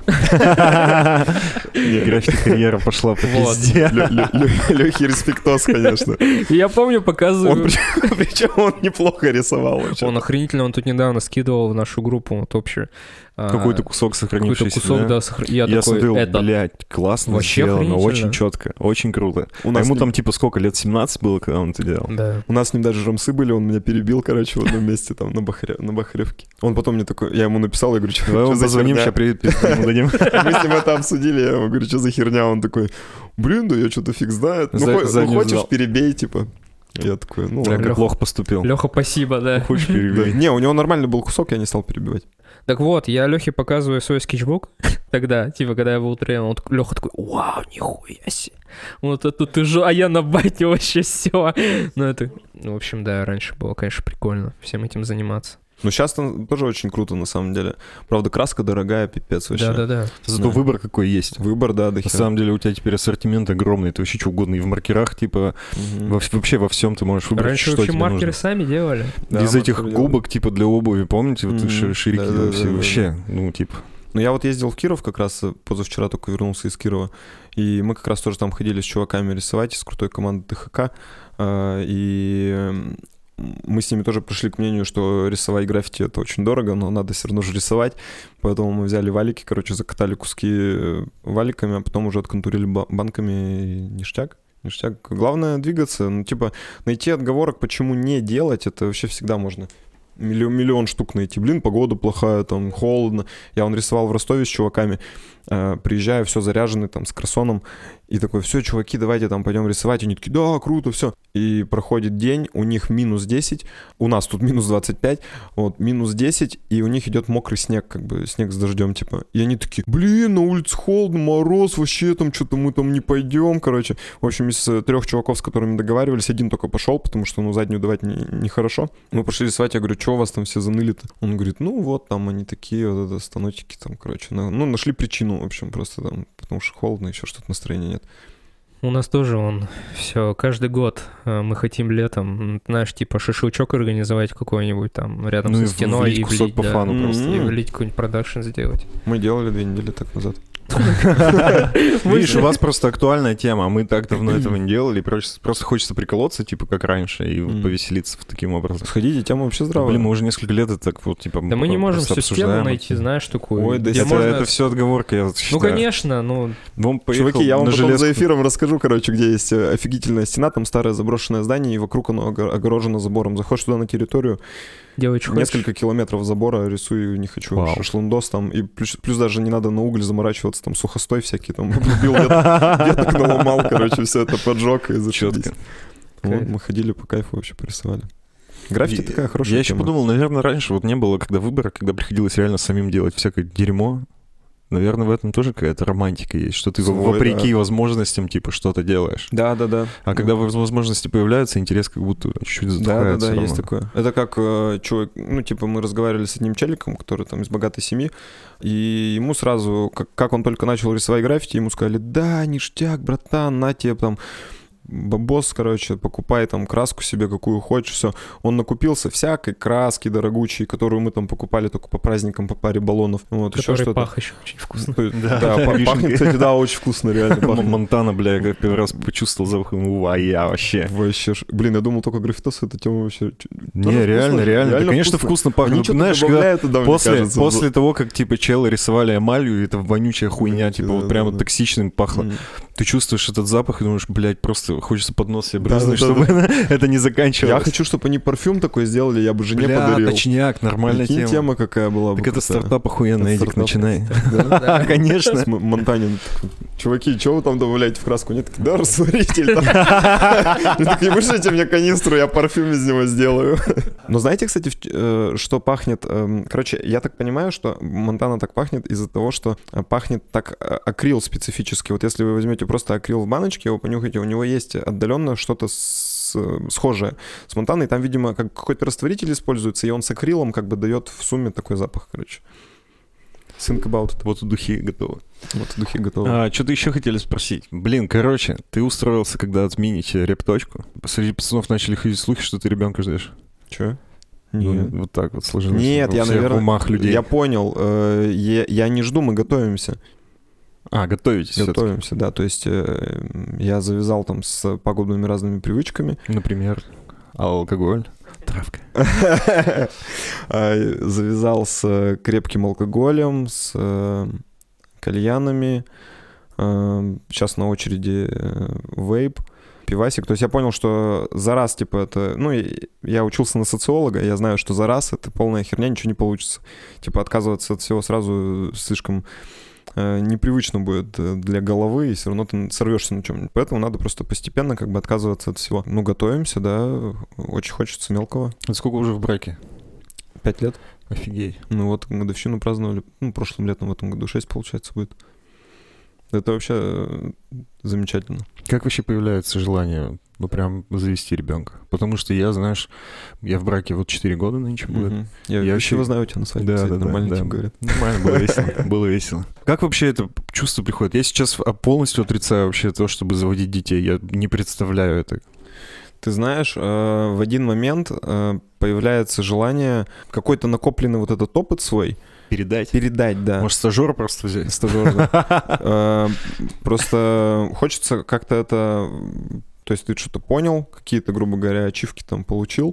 График карьера пошла по пизде. Лёхе респектос, конечно. Я помню, показываю. Причем он неплохо рисовал вообще. Он охренительно, он тут недавно скидывал в нашу группу вот общую. Какой-то кусок сохранившийся. Какой-то кусок, да. Я смотрел, блядь, классно сделано, очень четко, очень круто. Ему там типа сколько, лет 17 было, когда он это делал? Да. У нас с ним даже рамсы были, он меня перебил, короче, в одном месте там на Бахаревке. Он потом мне такой, я ему написал, я говорю, что за херня? Позвоним, сейчас привет ему дадим. Мы с ним это обсудили, я ему говорю, что за херня? Он такой, блин, да я что-то фиг знает. Ну хочешь, перебей, типа. Я такой, ну ладно. Как плохо поступил. Леха, спасибо, да. Хочешь перебить? Не, у него нормальный был кусок, я не стал перебивать. Так вот, я Лехе показываю свой скетчбук тогда, типа, когда я был тренером, Леха такой, вау, нихуя себе. Вот это ты же, а я на бате вообще все. Ну это, в общем, да, раньше было, конечно, прикольно всем этим заниматься. Ну, сейчас тоже очень круто, на самом деле. Правда, краска дорогая, пипец вообще. Да-да-да. Зато выбор какой есть. Выбор, да, На самом деле у тебя теперь ассортимент огромный. Ты вообще что угодно. И в маркерах, типа, вообще во всем ты можешь выбрать, раньше что вообще тебе маркеры нужно. сами делали. Да, из этих губок, типа, для обуви, помните? Вот ширики вообще, ну, типа... Ну, я вот ездил в Киров как раз, позавчера только вернулся из Кирова, и мы как раз тоже там ходили с чуваками рисовать, из крутой команды ТХК, и мы с ними тоже пришли к мнению, что рисовать граффити — это очень дорого, но надо все равно же рисовать, поэтому мы взяли валики, короче, закатали куски валиками, а потом уже отконтурили банками, и ништяк. Главное двигаться, ну, типа, найти отговорок, почему не делать, это вообще всегда можно. Миллион штук найти. Блин, погода плохая, там, холодно. Я рисовал в Ростове с чуваками. Приезжаю, все заряженный, там, с красоном. И такой, все, чуваки, давайте там пойдем рисовать. Они такие, да, круто, все. И проходит день, у них минус 10. У нас тут минус 25. Вот, минус 10. И у них идет мокрый снег, как бы, снег с дождем, типа. И они такие, блин, на улице холодно, мороз, вообще там что-то мы там не пойдем, короче. В общем, из 3 чуваков, с которыми договаривались, один только пошел, потому что, ну, заднюю давать нехорошо. Мы пошли рисовать, я говорю, что у вас там все заныли-то? Он говорит, ну, вот там они такие, вот это, станочки там, короче. Ну, нашли причину, в общем, просто там, потому что холодно, еще что-то настроения нет. У нас тоже все, каждый год мы хотим летом, знаешь, типа шашлычок организовать какой-нибудь там рядом со стеной и влить, по фану просто. И влить какой-нибудь продакшн сделать. Мы делали 2 недели так назад. Видишь, у вас просто актуальная тема, а мы так давно этого не делали, просто хочется приколоться, типа, как раньше, и повеселиться таким образом. Сходите, тема вообще здравая. Блин, мы уже несколько лет это так вот, типа, Да мы не можем всю тему найти, знаешь, такую. Ой, да это все отговорка, я считаю. Ну, конечно, Чуваки, я вам потом за эфиром расскажу, короче, где есть офигительная стена, там старое заброшенное здание, и вокруг оно огорожено забором. Заходишь туда на территорию, несколько километров забора, рисую, не хочу, шашлындос там, и плюс даже не надо на уголь заморачиваться, там сухостой всякий, там, убил веток, наломал, короче, все это поджег и зашутка. Вот мы ходили по кайфу вообще порисовали. Граффити такая хорошая тема. Я еще подумал, наверное, раньше вот не было, когда выбора, когда приходилось реально самим делать всякое дерьмо. Наверное, в этом тоже какая-то романтика есть, что ты вопреки возможностям, типа, что-то делаешь. Да. А когда возможности появляются, интерес как будто чуть-чуть затухает. Да, есть такое. Это как чувак, ну, типа, мы разговаривали с одним челиком, который там из богатой семьи, и ему сразу, как он только начал рисовать граффити, ему сказали: да, ништяк, братан, на тебе там бабос, короче, покупай там краску себе, какую хочешь, все. Он накупился всякой краски дорогучей, которую мы там покупали только по праздникам, по паре баллонов. Вот, еще что-то. Пах еще очень вкусно. Да, пахнет, кстати, да, очень вкусно, реально. Монтана, бля, я первый раз почувствовал запах, я вообще. Вообще, блин, я думал, только граффитос эта тема вообще... Не, реально, конечно, вкусно пахнет. Знаешь, после того, как, типа, челы рисовали эмалью, это вонючая хуйня, типа, вот прямо токсичным пахло. Ты чувствуешь этот запах и думаешь, блядь, просто хочется под нос себе брызнуть, чтобы это не заканчивалось. Я хочу, чтобы они парфюм такой сделали, я бы жене подарил. Точняк, нормальная тема. Тема какая была бы. Так это стартап охуенный, Эдик, начинай. Конечно. Монтанин. Чуваки, что вы там добавляете в краску? Нет, да, растворитель. Такие, вышлите мне канистру, я парфюм из него сделаю. Но знаете, кстати, что пахнет? Короче, я так понимаю, что Монтана так пахнет из-за того, что пахнет так акрил специфически. Вот если вы возьмете просто акрил в баночке, его понюхайте, у него есть отдаленно что-то схожее с Монтаной. Там, видимо, какой-то растворитель используется, и он с акрилом как бы дает в сумме такой запах, короче. Think about it. Вот и духи готовы. Что-то еще хотели спросить. Блин, короче, ты устроился, когда отменить реп-точку. Среди пацанов начали ходить слухи, что ты ребенка ждешь. Че? Нет. Вот так вот сложилось. Нет, я, наверное, в умах людей. Я понял. Я не жду, мы готовимся. Готовитесь? Готовимся, все-таки. Да. То есть я завязал там с пагубными разными привычками. Например, алкоголь, травка. Завязал с крепким алкоголем, с кальянами. Сейчас на очереди вейп, пивасик. То есть я понял, что за раз, типа, это... Ну, я учился на социолога, я знаю, что за раз это полная херня, ничего не получится. Типа отказываться от всего сразу слишком... непривычно будет для головы, и все равно ты сорвешься на чем-нибудь. Поэтому надо просто постепенно как бы отказываться от всего. Ну, готовимся, да, очень хочется мелкого. А сколько уже в браке? 5 лет. Офигеть. Ну вот, годовщину праздновали, прошлым летом, в этом году 6, получается, будет. Это вообще замечательно. Как вообще появляется желание, прям завести ребенка? Потому что я, знаешь, я в браке вот 4 года нынче будет. Я вообще его знаю у тебя на свадьбе, да, нормально тебе говорят. Нормально, было весело. Как вообще это чувство приходит? Я сейчас полностью отрицаю вообще то, чтобы заводить детей. Я не представляю это. Ты знаешь, в один момент появляется желание какой-то накопленный вот этот опыт свой передать, да. Может, стажера просто взять? Стажер, да. Просто хочется как-то это... То есть ты что-то понял, какие-то, грубо говоря, ачивки там получил,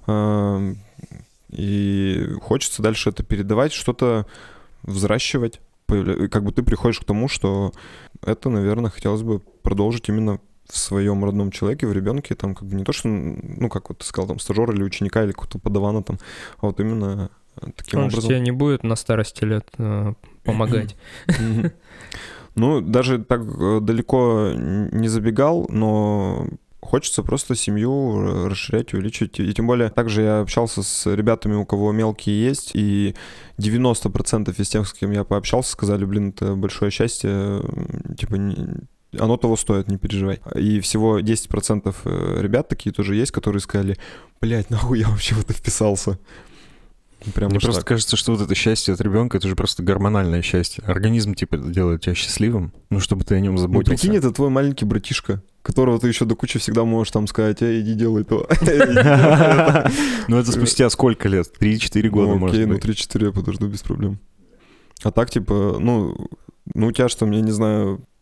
и хочется дальше это передавать, что-то взращивать. Как бы ты приходишь к тому, что это, наверное, хотелось бы продолжить именно в своем родном человеке, в ребенке, там как бы не то, что, ну, как вот ты сказал, там, стажера или ученика, или какого-то подавана там, а вот именно таким образом. Он же тебе не будет на старости лет помогать. Ну, даже так далеко не забегал, но хочется просто семью расширять, увеличить. И тем более, также я общался с ребятами, у кого мелкие есть, и 90% из тех, с кем я пообщался, сказали, блин, это большое счастье, типа, оно того стоит, не переживай. И всего 10% ребят такие тоже есть, которые сказали, блядь, нахуй я вообще в это вписался. Мне просто кажется, что вот это счастье от ребенка, это же просто гормональное счастье. Организм, типа, делает тебя счастливым, ну, чтобы ты о нем заботился. Ну, прикинь, это твой маленький братишка, которого ты еще до кучи всегда можешь там сказать, иди делай то. Ну, это спустя сколько лет? 3-4 года, может быть. Окей, 3-4 я подожду без проблем. А так, типа, ну, у тебя что, я не знаю,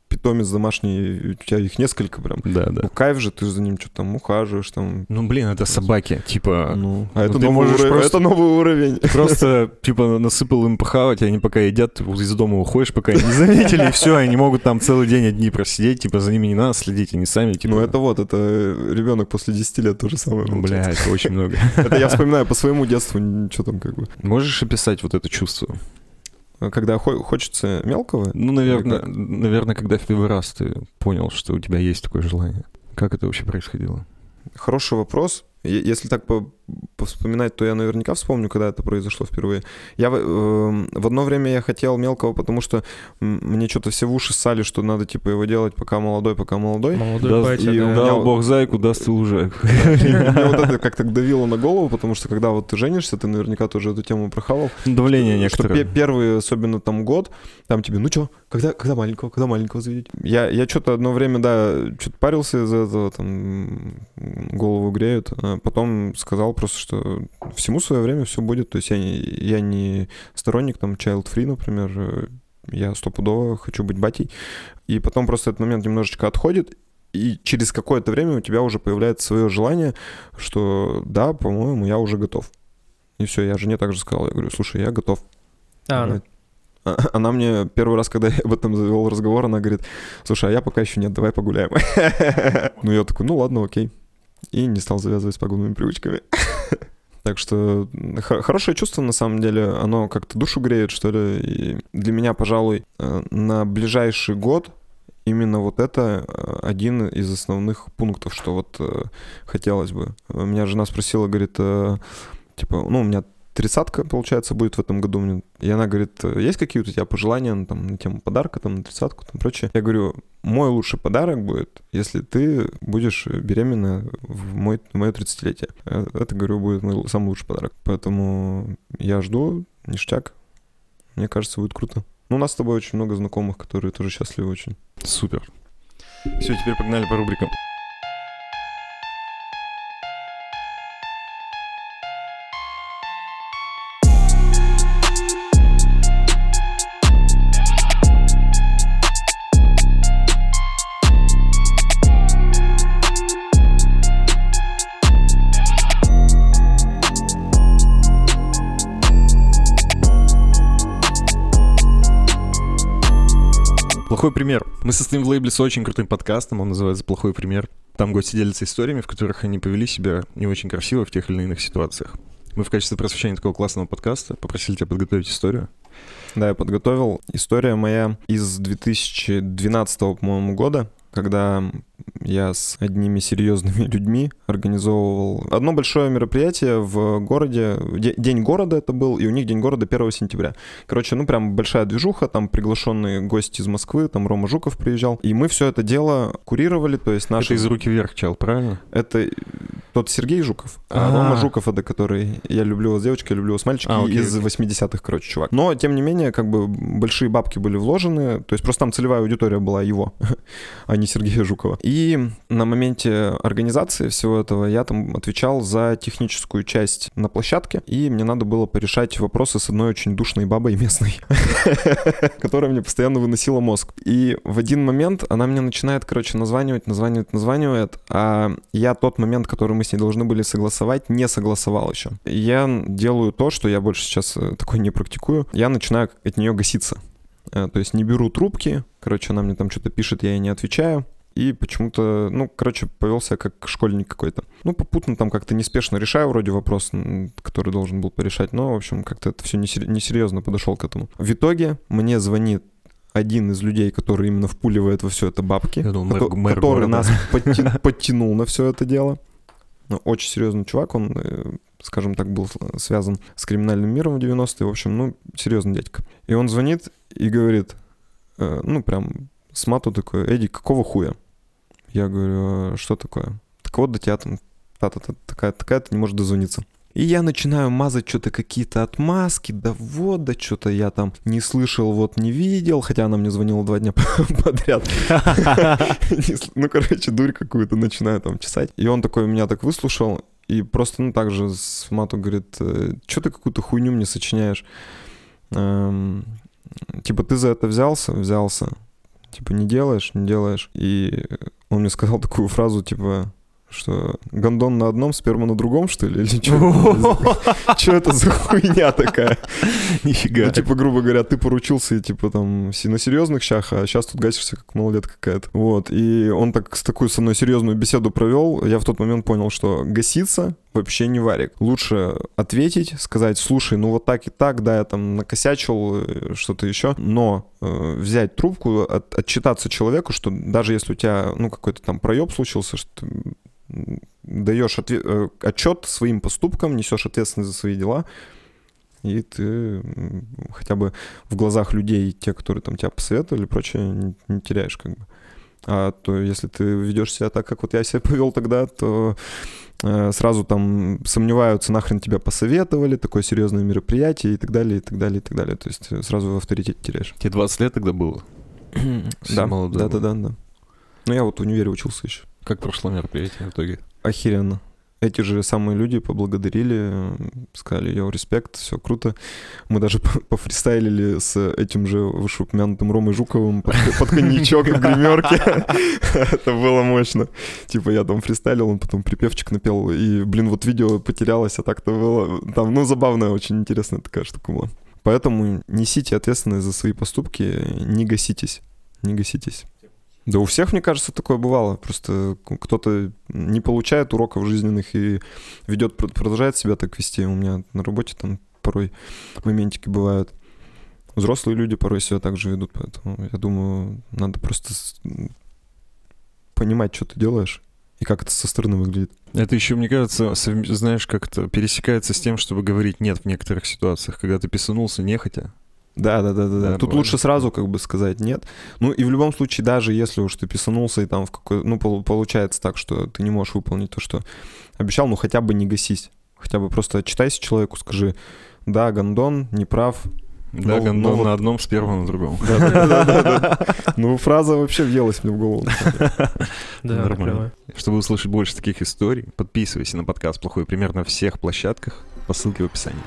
питомец домашний, у тебя их несколько прям. Да. Ну, кайф же, ты за ним что-то там ухаживаешь, там... Ну, блин, это собаки, типа... это ты новый можешь уровень, просто- это новый уровень. Просто, типа, насыпал им похавать, и они пока едят, ты из дома уходишь, пока они не заметили, и все, они могут там целый день одни просидеть, типа, за ними не надо следить, они сами, типа... Ну, это ребенок после 10 лет то же самое. Ну, бля, это очень много. Это я вспоминаю по своему детству, что там как бы. Можешь описать вот это чувство? Когда хочется мелкого? Ну, Или как? наверное, когда в первый раз ты понял, что у тебя есть такое желание. Как это вообще происходило? Хороший вопрос. Если так повспоминать, то я наверняка вспомню, когда это произошло впервые. В одно время я хотел мелкого, потому что мне что-то все в уши ссали, что надо типа его делать пока молодой. Молодой батя, и да. у меня Дал бог зайку, даст и лужайку. Мне вот это как-то давило на голову, потому что когда вот ты женишься, ты наверняка тоже эту тему прохавал. Давление Что некоторое. первый, особенно там год, там тебе, ну чё, когда маленького заведете? Я что-то одно время, да, что-то парился из-за этого, там, голову греют, а потом сказал просто, что всему свое время все будет, то есть я не сторонник, там, child-free, например, я стопудово хочу быть батей, и потом просто этот момент немножечко отходит, и через какое-то время у тебя уже появляется свое желание, что да, по-моему, я уже готов. И все, я жене также сказал, я говорю, слушай, я готов. Она мне первый раз, когда я об этом завел разговор, она говорит, слушай, а я пока еще нет, давай погуляем. Ну, я такой, ну ладно, окей. И не стал завязывать с пагубными привычками. Так что хорошее чувство, на самом деле, оно как-то душу греет, что ли. И для меня, пожалуй, на ближайший год именно вот это один из основных пунктов, что вот хотелось бы. Меня жена спросила, говорит, типа, ну, у меня 30-ка, получается, будет в этом году. И она говорит, есть какие-то у тебя пожелания там, на тему подарка, там, на 30-ку, там, прочее? Я говорю, мой лучший подарок будет, если ты будешь беременна в мое 30-летие. Это, говорю, будет мой самый лучший подарок. Поэтому я жду, ништяк. Мне кажется, будет круто. Ну, у нас с тобой очень много знакомых, которые тоже счастливы очень. Супер. Все, теперь погнали по рубрикам. Плохой пример. Мы состоим в лейбле с очень крутым подкастом, он называется «Плохой пример». Там гости делятся историями, в которых они повели себя не очень красиво в тех или иных ситуациях. Мы в качестве просвещения такого классного подкаста попросили тебя подготовить историю. Да, я подготовил. История моя из 2012, по-моему, года, когда я с одними серьезными людьми организовывал одно большое мероприятие в городе. День города это был, и у них день города 1 сентября. Короче, ну прям большая движуха, там приглашенные гости из Москвы, там Рома Жуков приезжал. И мы все это дело курировали, то есть наши... Это из «Руки вверх», чел, правильно? Это тот Сергей Жуков, а Рома Жуков, это который... Я люблю его с девочкой, я люблю его с мальчиком, из 80-х, короче, чувак. Но, тем не менее, как бы большие бабки были вложены, то есть просто там целевая аудитория была его, а не Сергея Жукова. И на моменте организации всего этого я там отвечал за техническую часть на площадке, и мне надо было порешать вопросы с одной очень душной бабой местной, которая мне постоянно выносила мозг. И в один момент она мне начинает, короче, названивать, а я тот момент, который мы с ней должны были согласовать, не согласовал еще. Я делаю то, что я больше сейчас такое не практикую. Я начинаю от нее гаситься. То есть не беру трубки, короче, она мне там что-то пишет, я ей не отвечаю. И почему-то, ну, короче, повел себя как школьник какой-то. Ну, попутно там как-то неспешно решаю вроде вопрос, который должен был порешать, но, в общем, как-то это все несерьезно подошел к этому. В итоге мне звонит один из людей, который именно впуливает во все это бабки, который нас подтянул на все это дело. Очень серьезный чувак, он, скажем так, был связан с криминальным миром в 90-е, в общем, ну, серьезный дядька. И он звонит и говорит, ну, прям с мату такой, Эдик, какого хуя? Я говорю, что такое? Так вот, до тебя там такая-то не может дозвониться. И я начинаю мазать что-то, какие-то отмазки, да что-то я там не слышал, вот не видел, хотя она мне звонила 2 дня подряд. Ну, короче, дурь какую-то начинаю там чесать. И он такой меня так выслушал, и просто, ну, так же с мату говорит, что ты какую-то хуйню мне сочиняешь? Типа, ты за это взялся? Типа, не делаешь. И он мне сказал такую фразу, типа, что гондон на одном, сперма на другом, что ли? Или что? Что это за хуйня такая? Нифига. Ну, типа, грубо говоря, ты поручился, типа, там, на серьезных щах, а сейчас тут гасишься, как малолетка какая-то. Вот. И он так с такой со мной серьезную беседу провел. Я в тот момент понял, что гаситься вообще не варик. Лучше ответить, сказать, слушай, ну вот так и так, да, я там накосячил, что-то еще, но взять трубку, отчитаться человеку, что даже если у тебя, ну, какой-то там проеб случился, что ты даешь отчет своим поступкам, несешь ответственность за свои дела, и ты хотя бы в глазах людей, те, которые там тебя посоветовали, прочее, не теряешь как бы. А то если ты ведешь себя так, как вот я себя повел тогда, то сразу там сомневаются, нахрен тебя посоветовали, такое серьезное мероприятие и так далее, и так далее, и так далее. То есть сразу в авторитете теряешь. Тебе 20 лет тогда было? Да. Ну, я вот в универе учился еще. Как прошло мероприятие в итоге? Охеренно. Эти же самые люди поблагодарили, сказали, йоу, респект, все круто. Мы даже пофристайлили с этим же вышеупомянутым Ромой Жуковым под коньячок в гримерке. Это было мощно. Типа я там фристайлил, он потом припевчик напел, и, блин, вот видео потерялось, а так-то было. Там, ну, забавная, очень интересная такая штука была. Поэтому несите ответственность за свои поступки, не гаситесь. Да у всех, мне кажется, такое бывало. Просто кто-то не получает уроков жизненных и продолжает себя так вести. У меня на работе там порой моментики бывают. Взрослые люди порой себя так же ведут. Поэтому я думаю, надо просто понимать, что ты делаешь и как это со стороны выглядит. Это еще, мне кажется, знаешь, как-то пересекается с тем, чтобы говорить «нет» в некоторых ситуациях, когда ты писанулся нехотя. Да. Тут бывает. лучше сразу как бы сказать нет. Ну и в любом случае, даже если уж ты писанулся и там получается так, что ты не можешь выполнить то, что обещал, ну хотя бы не гасись. Хотя бы просто отчитайся человеку, скажи, да, гондон, не прав. Да, гондон на одном, сперма на другом. Да. Ну фраза вообще въелась мне в голову. Да, нормально. Чтобы услышать больше таких историй, подписывайся на подкаст «Плохой пример» на всех площадках по ссылке в описании.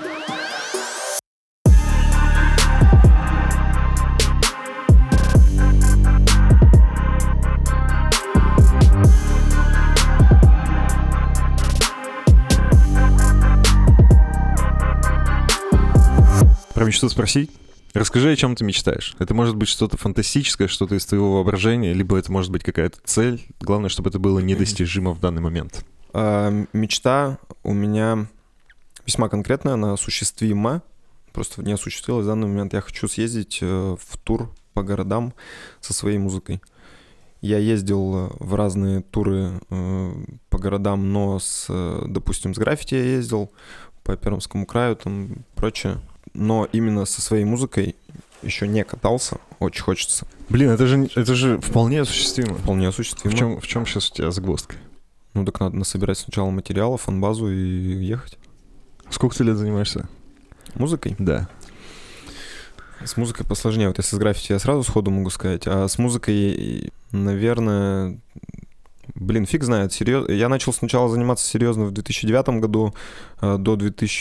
Про мечту спросить? Расскажи, о чем ты мечтаешь. Это может быть что-то фантастическое, что-то из твоего воображения, либо это может быть какая-то цель. Главное, чтобы это было недостижимо в данный момент. Мечта у меня весьма конкретная, она осуществима. Просто не осуществилась в данный момент. Я хочу съездить в тур по городам со своей музыкой. Я ездил в разные туры по городам, но допустим, с граффити я ездил, по Пермскому краю, там прочее. Но именно со своей музыкой еще не катался, очень хочется. Блин, это же вполне осуществимо. Вполне осуществимо. В чем сейчас у тебя загвоздка? Ну так надо насобирать сначала материала, фан-базу и ехать. Сколько ты лет занимаешься? Музыкой? Да. С музыкой посложнее. Вот если с граффити я сразу сходу могу сказать, а с музыкой, наверное... Блин, фиг знает. Я начал сначала заниматься серьезно в 2009 году, до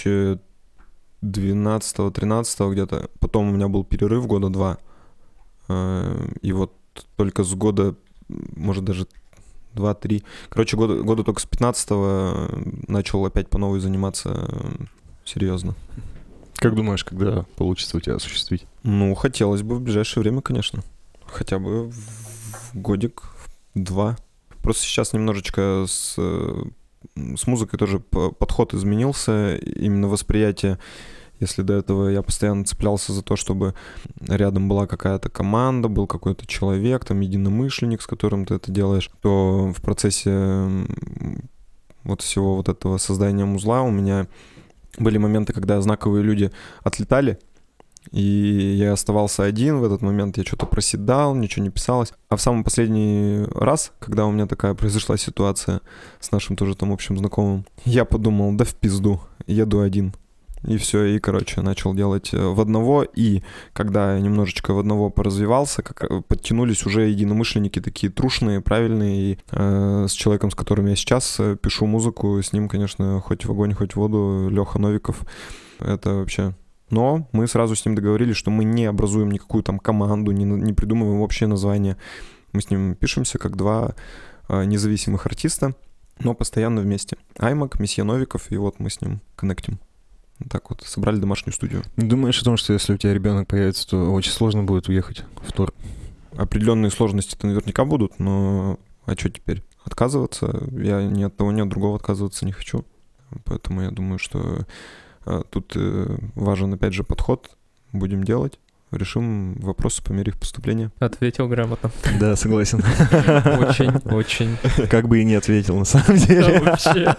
2012-13 где-то. Потом у меня был перерыв года 2. И вот только с года, может даже 2-3. Короче, года только с 15-го начал опять по новой заниматься серьезно. Как думаешь, когда получится у тебя осуществить? Ну, хотелось бы в ближайшее время, конечно. Хотя бы в годик-два. Просто сейчас немножечко с музыкой тоже подход изменился, именно восприятие. Если до этого я постоянно цеплялся за то, чтобы рядом была какая-то команда, был какой-то человек, там, единомышленник, с которым ты это делаешь, то в процессе вот всего вот этого создания музла у меня были моменты, когда знаковые люди отлетали, и я оставался один. В этот момент я что-то проседал, ничего не писалось. А в самый последний раз, когда у меня такая произошла ситуация с нашим тоже там общим знакомым, я подумал, да в пизду, еду один. И все, и, короче, начал делать в одного. И когда я немножечко в одного поразвивался, подтянулись уже единомышленники такие трушные, правильные. И с человеком, с которым я сейчас пишу музыку, с ним, конечно, хоть в огонь, хоть в воду, Леха Новиков. Это вообще Но мы сразу с ним договорились, что мы не образуем никакую там команду, не придумываем общее название. Мы с ним пишемся как два независимых артиста, но постоянно вместе. Аймак, месье Новиков, и вот мы с ним коннектим. Так вот, собрали домашнюю студию. Думаешь о том, что если у тебя ребенок появится, то очень сложно будет уехать в тур? Определенные сложности-то наверняка будут, но а что теперь? Отказываться? Я ни от того, ни от другого отказываться не хочу. Поэтому я думаю, что тут важен, опять же, подход. Будем делать. Решим вопросы по мере их поступления. Ответил грамотно. Да, согласен. Очень. Как бы и не ответил, на самом деле. Вообще.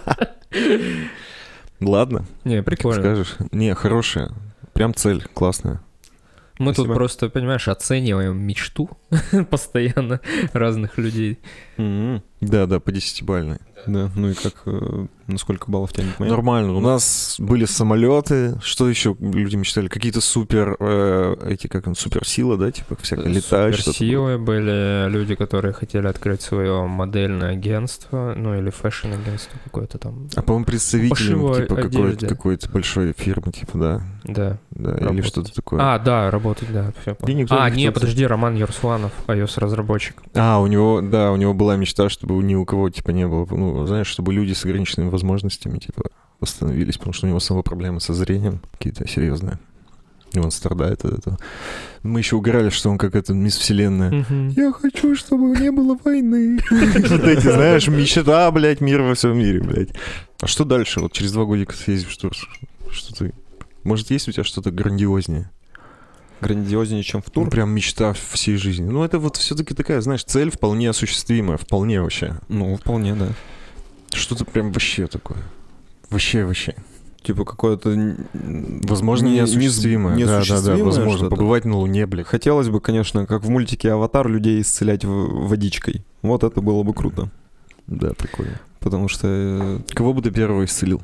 Ладно. Не, прикольно. Скажешь. Не, хорошая. Прям цель классная. Мы Спасибо. тут просто, понимаешь, оцениваем мечту постоянно разных людей. Да, по 10-бальной. Да, ну и как, на сколько баллов тянет моя? Нормально. У нас были самолеты. Что еще люди мечтали? Какие-то супер, суперсила, да, типа всякое летать. Суперсилы были люди, которые хотели открыть свое модельное агентство, ну или фэшн-агентство какое-то там. А по-моему, представителем пошивой типа одежды. какой-то большой фирмы, типа, да? Да. Да, или Работать. что-то такое. А, да, работать, да. Всё понял. И никто не хотел подожди, Роман Ерсланов, iOS-разработчик. У него была мечта, чтобы ни у кого, типа, не было, ну, знаешь, чтобы люди с ограниченными возможностями, типа, восстановились, потому что у него самого проблемы со зрением какие-то серьезные. И он страдает от этого. Мы еще угорали, что он как это мисс Вселенная. Я хочу, чтобы не было войны. Вот эти, знаешь, мечта, блядь, мир во всем мире, блядь. А что дальше? Вот через 2 годика съездишь, что ты... Может, есть у тебя что-то грандиознее? Грандиознее, чем в тур? Ну, прям мечта всей жизни. Ну, это вот все-таки такая, знаешь, цель вполне осуществимая, вполне вообще. Ну, вполне, да. Что-то прям вообще такое. Вообще. Типа какое-то... Возможно, неосуществимое. Да, возможно. Что-то. Побывать на Луне, блядь. Хотелось бы, конечно, как в мультике «Аватар», людей исцелять водичкой. Вот это было бы круто. Да, прикольно. Потому что... Кого бы ты первого исцелил?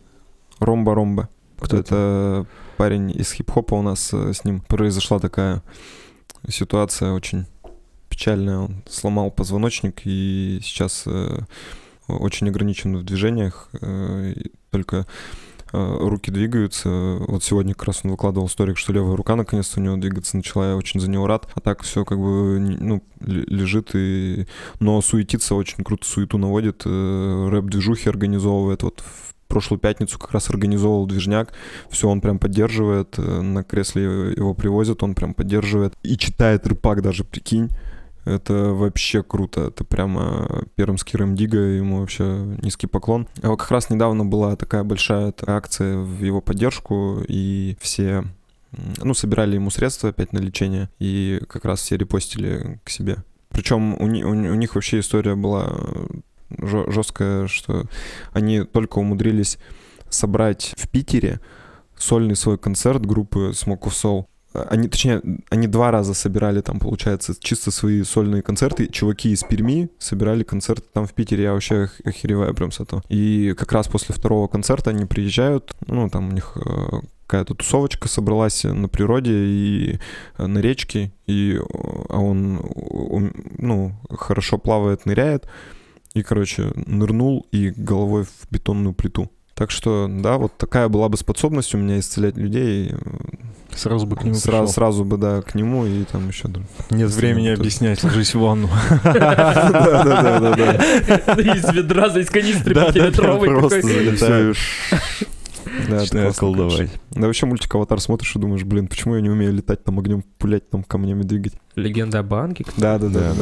Ромба. Кто это? Парень из хип-хопа у нас, с ним произошла такая ситуация очень печальная. Он сломал позвоночник и сейчас очень ограничен в движениях. Только руки двигаются. Вот сегодня как раз он выкладывал сторик, что левая рука наконец-то у него двигаться начала. Я очень за него рад. А так все как бы, ну, лежит но суетится, очень круто суету наводит. Рэп-движухи организовывает. Вот в прошлую пятницу как раз организовывал движняк. Все он прям поддерживает. На кресле его привозят, он прям поддерживает. И читает рэпак даже, прикинь. Это вообще круто. Это прямо пермский Рэм Дига, ему вообще низкий поклон. А вот как раз недавно была такая большая акция в его поддержку, и все, собирали ему средства опять на лечение, и как раз все репостили к себе. Причем у них вообще история была жесткая, что они только умудрились собрать в Питере сольный свой концерт группы Smoke of Soul. Они 2 раза собирали там, получается, чисто свои сольные концерты. Чуваки из Перми собирали концерты там в Питере. Я вообще охереваю прям с этого. И как раз после 2-го концерта они приезжают, там у них какая-то тусовочка собралась на природе и на речке, а он хорошо плавает, ныряет. И, нырнул и головой в бетонную плиту. Так что, да, вот такая была бы способность у меня исцелять людей. Сразу бы к нему пришел. Сразу бы, да, к нему и там еще... Нет времени объяснять, ложись в ванну. Да. Из ведра, из канистры 5-литровый просто залетаешь. Начинаю колдовать. Да вообще мультик «Аватар» смотришь и думаешь, блин, почему я не умею летать, там огнем пулять, там камнями двигать. Легенда об Аанге? Да.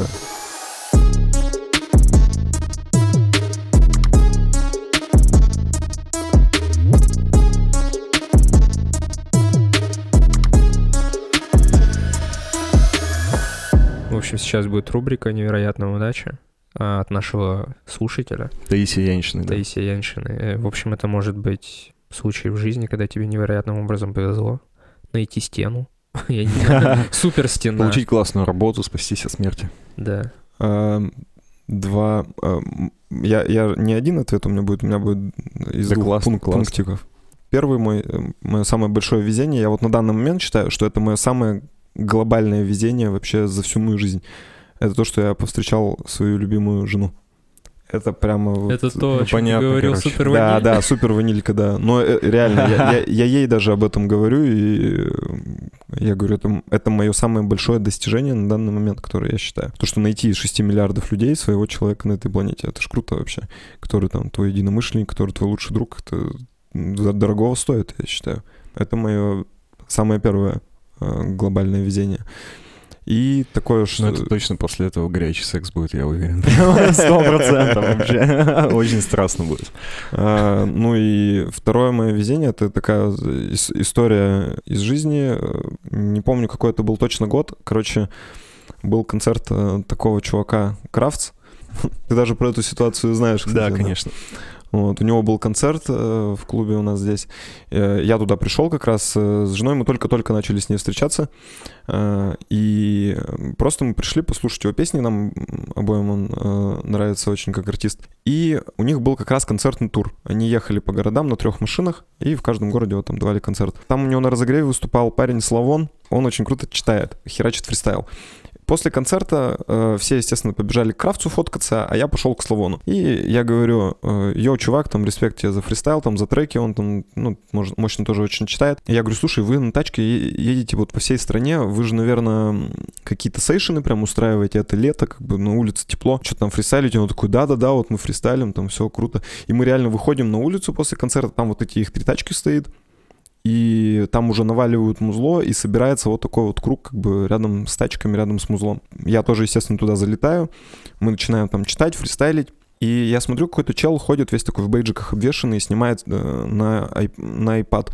В общем, сейчас будет рубрика «Невероятная удача» от нашего слушателя. Таисия Яньшины. Таисия Яньшины. В общем, это может быть случай в жизни, когда тебе невероятным образом повезло найти стену. Я не знаю. Супер стена. Получить классную работу, спастись от смерти. Да. 2... Я не один ответ у меня будет из 2 пунктиков. Первый мое самое большое везение. Я вот на данный момент считаю, что это мое самое глобальное везение вообще за всю мою жизнь. Это то, что я повстречал свою любимую жену. Это прямо вот... Это то, о чем ты понятно, говорил, короче. супер ваниль. Да, супер ванилька, да. Но реально, я ей даже об этом говорю, и я говорю, это мое самое большое достижение на данный момент, которое я считаю. То, что найти из 6 миллиардов людей своего человека на этой планете, это ж круто вообще. Который там твой единомышленник, который твой лучший друг, это дорогого стоит, я считаю. Это мое самое первое глобальное везение. И такое, что... Ну, это точно после этого горячий секс будет, я уверен. 100% вообще. Очень страстно будет. Ну и второе мое везение — это такая история из жизни. Не помню, какой это был точно год. Короче, был концерт такого чувака Кравц. Ты даже про эту ситуацию знаешь, кстати. Да, конечно. Вот, у него был концерт в клубе у нас здесь. Я туда пришел как раз с женой, мы только-только начали с ней встречаться. И просто мы пришли послушать его песни, нам обоим он нравится очень как артист. И у них был как раз концертный тур. Они ехали по городам на 3 машинах, и в каждом городе вот там давали концерт. Там у него на разогреве выступал парень Славон, он очень круто читает, херачит фристайл. После концерта все, естественно, побежали к Кравцу фоткаться, а я пошел к Славону. И я говорю: йоу, чувак, там, респект тебе за фристайл, там, за треки, он там, ну, мощно тоже очень читает. И я говорю: слушай, вы на тачке едете вот по всей стране, вы же, наверное, какие-то сейшены прям устраиваете, это лето, как бы на улице тепло, что там фристайлите? Он такой: да-да-да, вот мы фристайлим, там все круто. И мы реально выходим на улицу после концерта, там вот эти их 3 тачки стоит, и там уже наваливают музло, и собирается вот такой вот круг, как бы рядом с тачками, рядом с музлом. Я тоже, естественно, туда залетаю, мы начинаем там читать, фристайлить, и я смотрю, какой-то чел ходит весь такой в бейджиках обвешанный, снимает на iPad.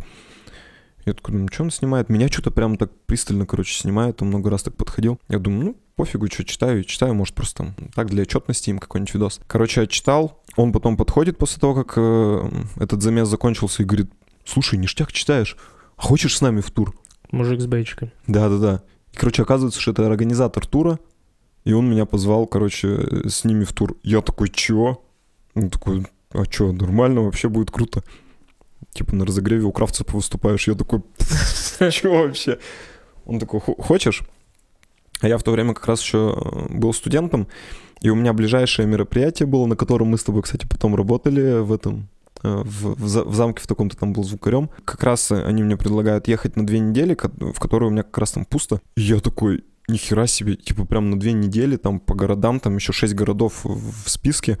Я такой думаю: что он снимает? Меня что-то прям так пристально, короче, снимает, он много раз так подходил. Я думаю, ну, пофигу, что читаю, может, просто там так для отчетности им какой-нибудь видос. Короче, я читал, он потом подходит после того, как этот замес закончился, и говорит: слушай, ништяк читаешь, а хочешь с нами в тур? Мужик с бейджиком. Да-да-да. И, короче, оказывается, что это организатор тура, и он меня позвал, короче, с ними в тур. Я такой: чё? Он такой: а чё, нормально, вообще будет круто. Типа на разогреве у Кравца выступаешь. Я такой: чё вообще? Он такой: хочешь? А я в то время как раз еще был студентом, и у меня ближайшее мероприятие было, на котором мы с тобой, кстати, потом работали в этом... В замке в таком-то там был звукарем. Как раз они мне предлагают ехать на 2 недели, в которые у меня как раз там пусто. И я такой: нихера себе, типа прям на 2 недели там по городам, там еще 6 городов в списке.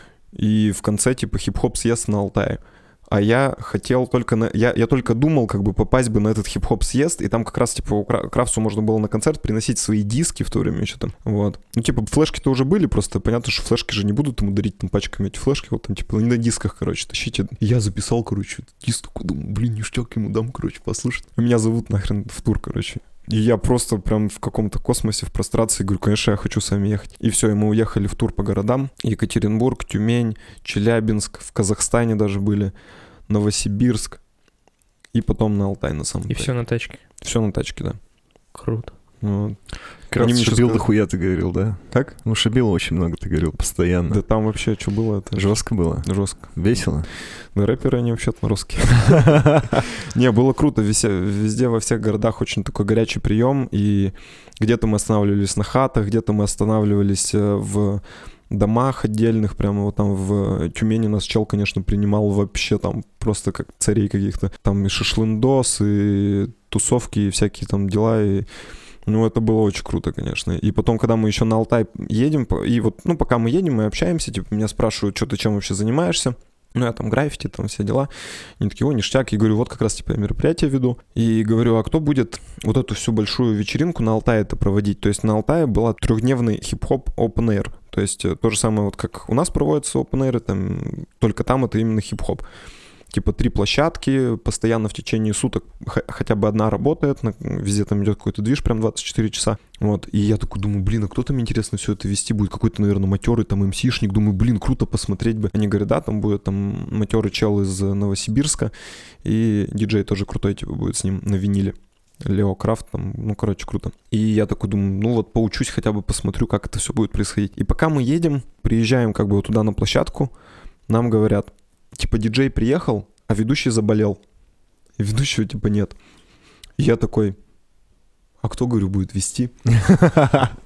И в конце типа хип-хоп съезд на Алтае. А я хотел только... Я только думал как бы попасть бы на этот хип-хоп съезд, и там как раз типа у Кравцу можно было на концерт приносить свои диски в то время еще там. Вот. Ну типа флешки-то уже были, просто понятно, что флешки же не будут ему дарить там пачками эти флешки, вот там типа не на дисках, короче, тащите. Я записал, короче, диск такой, думаю, блин, ништяк, ему дам, короче, послушать. Меня зовут нахрен в тур, короче. И я просто прям в каком-то космосе, в прострации говорю: конечно, я хочу с вами ехать. И все, и мы уехали в тур по городам. Екатеринбург, Тюмень, Челябинск, в Казахстане даже были, Новосибирск. И потом на Алтай, на самом деле. И все на тачке? Все на тачке, да. Круто. Вот. Кравц шибил дохуя, ты говорил, да? Как? Ну, шибил очень много, ты говорил, постоянно. Да там вообще что было? Это жестко было? Жестко. Весело? Да, рэперы, они вообще отморозки. Не, было круто. Везде, во всех городах очень такой горячий прием. И где-то мы останавливались на хатах, где-то мы останавливались в домах отдельных. Прямо вот там в Тюмени нас чел, конечно, принимал вообще там просто как царей каких-то. Там и шашлындос, и тусовки, и всякие там дела, и... Ну, это было очень круто, конечно. И потом, когда мы еще на Алтай едем, и вот, ну, пока мы едем, мы общаемся, типа, меня спрашивают, что ты чем вообще занимаешься. Ну, я там граффити, там все дела. Они такие: о, ништяк. И говорю: вот как раз, типа, я мероприятие веду. И говорю: а кто будет вот эту всю большую вечеринку на Алтае это проводить? То есть на Алтае была 3-дневный хип-хоп open air. То есть то же самое, вот как у нас проводятся open air, там, только там это именно хип-хоп. Типа 3 площадки, постоянно в течение суток хотя бы одна работает, везде там идет какой-то движ, прям 24 часа. Вот, и я такой думаю: блин, а кто там, интересно, все это вести будет? Какой-то, наверное, матерый там МСишник. Думаю: блин, круто посмотреть бы. Они говорят: да, там будет там матерый чел из Новосибирска, и диджей тоже крутой, типа, будет с ним на виниле. Лео Крафт там, ну, короче, круто. И я такой думаю: ну вот поучусь, хотя бы посмотрю, как это все будет происходить. И пока мы едем, приезжаем как бы вот туда на площадку, нам говорят: типа, диджей приехал, а ведущий заболел. И ведущего типа нет. И я такой: а кто, говорю, будет вести?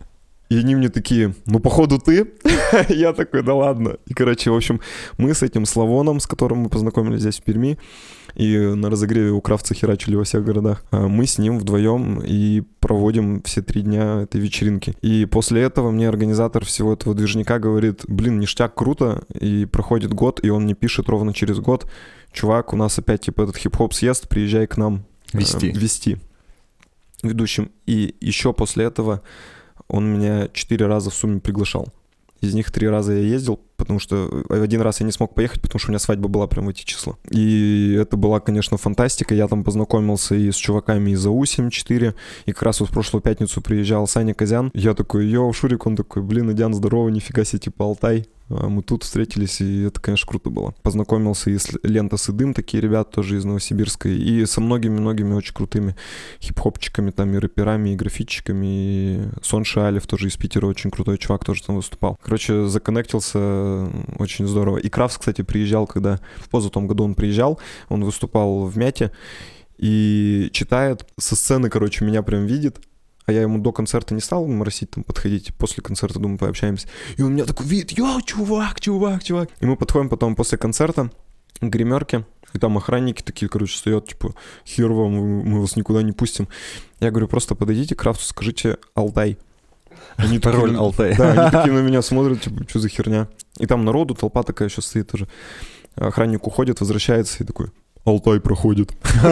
И они мне такие, ну, походу, ты. Я такой, да ладно. И, короче, в общем, мы с этим Славоном, с которым мы познакомились здесь, в Перми, и на разогреве у Кравца херачили во всех городах, мы с ним вдвоем и проводим все 3 дня этой вечеринки. И после этого мне организатор всего этого движняка говорит, блин, ништяк, круто. И проходит год, и он мне пишет ровно через год, чувак, у нас опять, типа, этот хип-хоп съезд, приезжай к нам вести ведущим. И еще после этого он меня 4 раза в сумме приглашал. Из них 3 раза я ездил, потому что 1 раз я не смог поехать, потому что у меня свадьба была прямо в эти числа. И это была, конечно, фантастика. Я там познакомился и с чуваками из АУ-74, и как раз вот в прошлую пятницу приезжал Саня Козян. Я такой, йоу, Шурик, он такой, блин, Идян, здорово, нифига себе, типа Алтай. А мы тут встретились, и это, конечно, круто было. Познакомился и с Лента Сыдым, такие ребята тоже из Новосибирска, и со многими-многими очень крутыми хип-хопчиками, там и рэперами, и графитчиками, и Сон Шиалев тоже из Питера, очень крутой чувак, тоже там выступал. Короче, законнектился очень здорово. И Кравс, кстати, приезжал, когда в позатом году он приезжал, он выступал в Мяте и читает со сцены, короче, меня прям видит. А я ему до концерта не стал моросить, там, подходить. После концерта, думаю, пообщаемся. И он меня такой видит, йоу, чувак. И мы подходим потом после концерта к гримерке. И там охранники такие, короче, стоят, типа, хер вам, мы вас никуда не пустим. Я говорю, просто подойдите к Кравцу, скажите Алтай. Они Пароль такие, Алтай. Да, они такие на меня смотрят, типа, что за херня. И там народу, толпа такая еще стоит уже. Охранник уходит, возвращается и такой... Алтай проходит.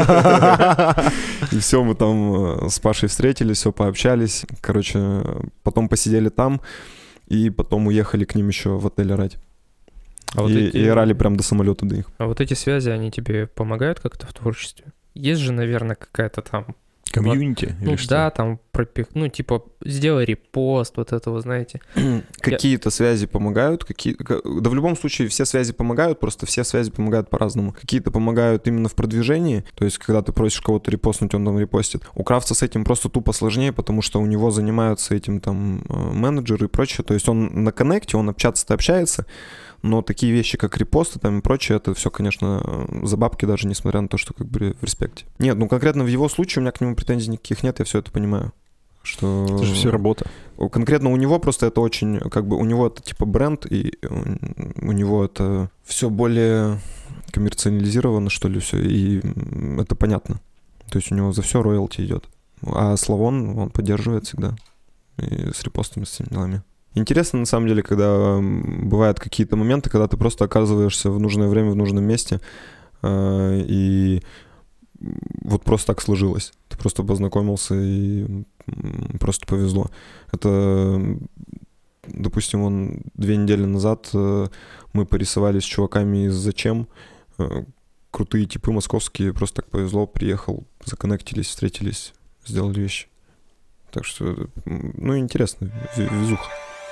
И все, мы там с Пашей встретились, все пообщались. Короче, потом посидели там, и потом уехали к ним еще в отель орать. И орали прям до самолета до них. А вот эти связи, они тебе помогают как-то в творчестве? Есть же, наверное, какая-то там... Комьюнити? Ну да, там ну типа сделай репост, вот этого, знаете. Какие-то связи помогают, да в любом случае все связи помогают, просто все связи помогают по-разному. Какие-то помогают именно в продвижении, то есть когда ты просишь кого-то репостнуть, он там репостит. У Кравца с этим просто тупо сложнее, потому что у него занимаются этим там менеджеры и прочее, то есть он на коннекте, он общаться-то общается, но такие вещи, как репосты там и прочее, это все, конечно, за бабки, даже несмотря на то, что как бы в респекте. Нет, ну конкретно в его случае у меня к нему претензий никаких нет, я все это понимаю. Что... Это же все работа. Конкретно у него просто это очень, как бы, у него это типа бренд, и у него это все более коммерциализировано, что ли, все, и это понятно. То есть у него за все роялти идет. А Славон, он поддерживает всегда. И с репостами, с этими делами. Интересно, на самом деле, когда бывают какие-то моменты, когда ты просто оказываешься в нужное время, в нужном месте, и вот просто так сложилось. Ты просто познакомился, и просто повезло. Это, допустим, 2 недели назад мы порисовались с чуваками из «Зачем?». Крутые типы московские, просто так повезло, приехал, законнектились, встретились, сделали вещи. Так что, ну, интересно, везуха.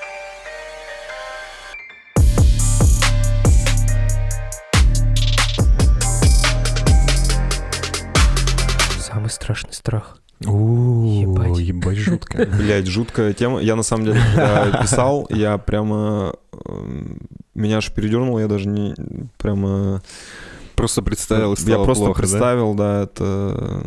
Самый страшный страх. Ебать, жутко. Блядь, жуткая тема. Я, на самом деле, когда писал, я прямо... Меня аж передернуло, я даже не... Прямо... Просто представил, и стало Я просто плохо, представил, да, это...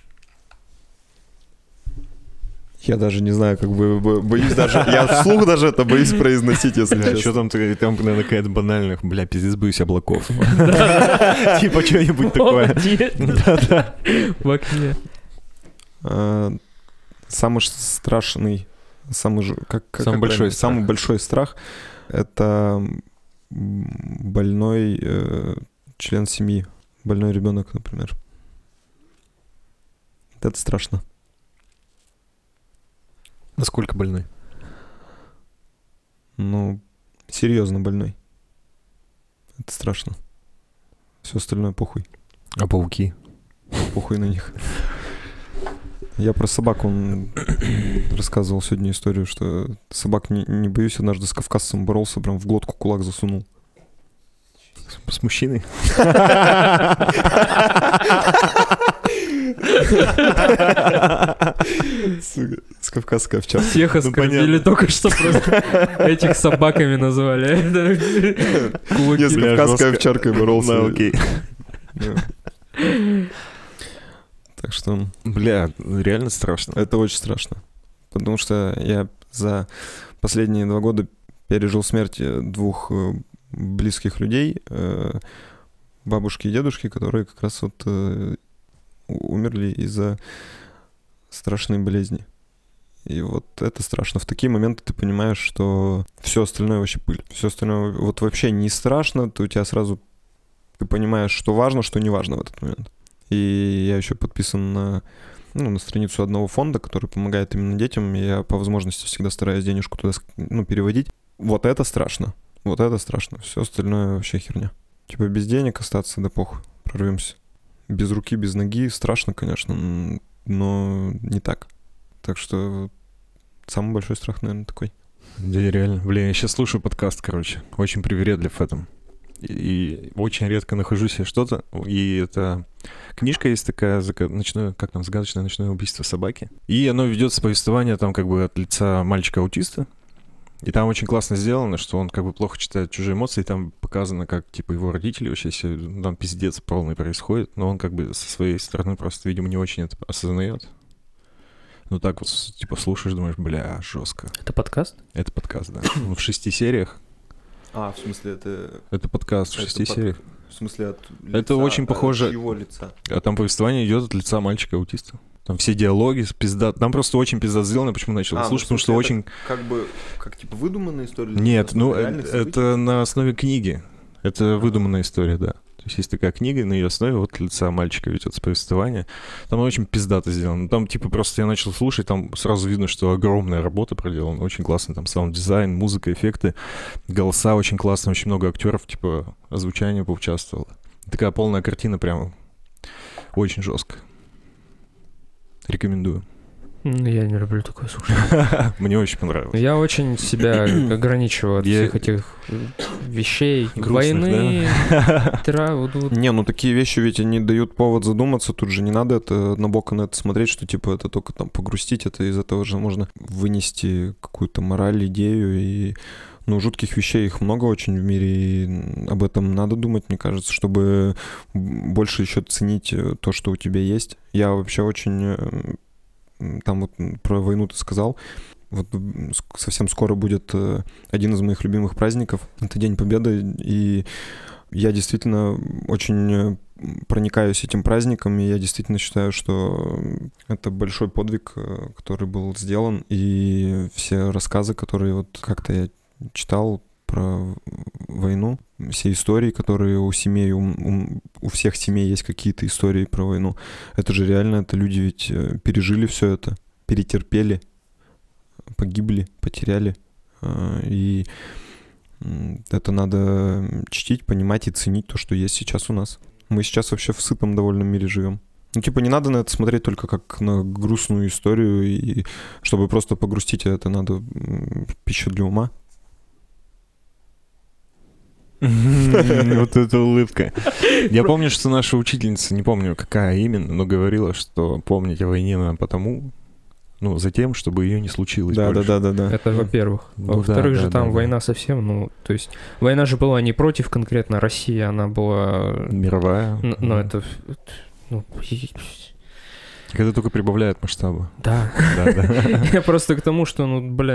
Я даже не знаю, как бы боюсь даже... Я вслух даже это боюсь произносить, если честно. Что там, наверное, какая-то банальная, бля, пиздец, боюсь облаков. Типа что-нибудь такое. Да-да, в окне. Самый страшный, самый большой страх — это больной член семьи, больной ребенок, например. Это страшно. Насколько больной? Ну, серьезно больной. Это страшно. Все остальное похуй. А пауки? Похуй на них. Я про собак, он рассказывал сегодня историю, что собак не боюсь, однажды с кавказцем боролся, прям в глотку кулак засунул. С мужчиной? С кавказской овчаркой. Всех оскорбили только что просто. Этих собаками назвали. Я с кавказской овчаркой боролся. Окей. Так что... Бля, реально страшно. Это очень страшно. Потому что я за последние 2 года пережил смерть 2 близких людей, бабушки и дедушки, которые как раз вот умерли из-за страшной болезни. И вот это страшно. В такие моменты ты понимаешь, что все остальное вообще пыль. Все остальное вот вообще не страшно, у тебя сразу ты понимаешь, что важно, что не важно в этот момент. И я еще подписан на страницу одного фонда, который помогает именно детям. И я по возможности всегда стараюсь денежку туда переводить. Вот это страшно. Вот это страшно. Все остальное вообще херня. Типа без денег остаться, да похуй, прорвемся. Без руки, без ноги страшно, конечно, но не так. Так что самый большой страх, наверное, такой. Да, реально. Блин, я сейчас слушаю подкаст, короче. Очень привередлив в этом. И очень редко нахожу себе что-то. И это книжка есть такая, загадочное ночное убийство собаки. И оно ведется повествование там как бы от лица мальчика-аутиста. И там очень классно сделано, что он как бы плохо читает чужие эмоции. И там показано, как типа его родители вообще там пиздец полный происходит. Но он как бы со своей стороны просто, видимо, не очень это осознает. Ну так вот, типа, слушаешь, думаешь, бля, жестко. Это подкаст? Это подкаст, да. Ну, в 6 сериях. В смысле, это... Это подкаст в 6 сериях. В смысле, от лица, это очень похоже... От чьего лица? А там повествование идет от лица мальчика-аутиста. Там все диалоги, пиздат. Там просто очень пиздат сделано, почему начал слушать, потому что очень... Как типа выдуманная история? Нет, это на основе книги. Это выдуманная история, да. То есть есть такая книга, на ее основе вот от лица мальчика ведется повествование. Там очень пиздато сделано. Там типа просто я начал слушать, там сразу видно, что огромная работа проделана. Очень классно. Там саунд-дизайн, музыка, эффекты, голоса очень классные. Очень много актеров, типа озвучание поучаствовало. Такая полная картина прям очень жестко. Рекомендую. Я не люблю такое слушать. Мне очень понравилось. Я очень себя ограничиваю от всех этих вещей. Войны, Не, такие вещи ведь они дают повод задуматься. Тут же не надо это однобоко на это смотреть, что типа это только там погрустить. Это из этого же можно вынести какую-то мораль, идею. И жутких вещей их много очень в мире. И об этом надо думать, мне кажется, чтобы больше еще ценить то, что у тебя есть. Я вообще очень... Там вот про войну ты сказал. Вот совсем скоро будет один из моих любимых праздников. Это День Победы. И я действительно очень проникаюсь этим праздником. И я действительно считаю, что это большой подвиг, который был сделан. И все рассказы, которые вот как-то я читал про войну, все истории, которые у семей, у всех семей есть какие-то истории про войну. Это же реально, это люди ведь пережили все это, перетерпели, погибли, потеряли. И это надо чтить, понимать и ценить то, что есть сейчас у нас. Мы сейчас вообще в сытом довольно мире живем. Не надо на это смотреть только как на грустную историю, и чтобы просто погрустить, это надо пища для ума. Вот эта улыбка. Я помню, что наша учительница, не помню, какая именно, но говорила, что помнить о войне надо потому, за тем, чтобы ее не случилось больше. Да. Это во-первых. Во-вторых же там война совсем, то есть война же была не против конкретно России, она была... Мировая. Но это... Когда только прибавляет масштабы. Да. Я просто к тому, что,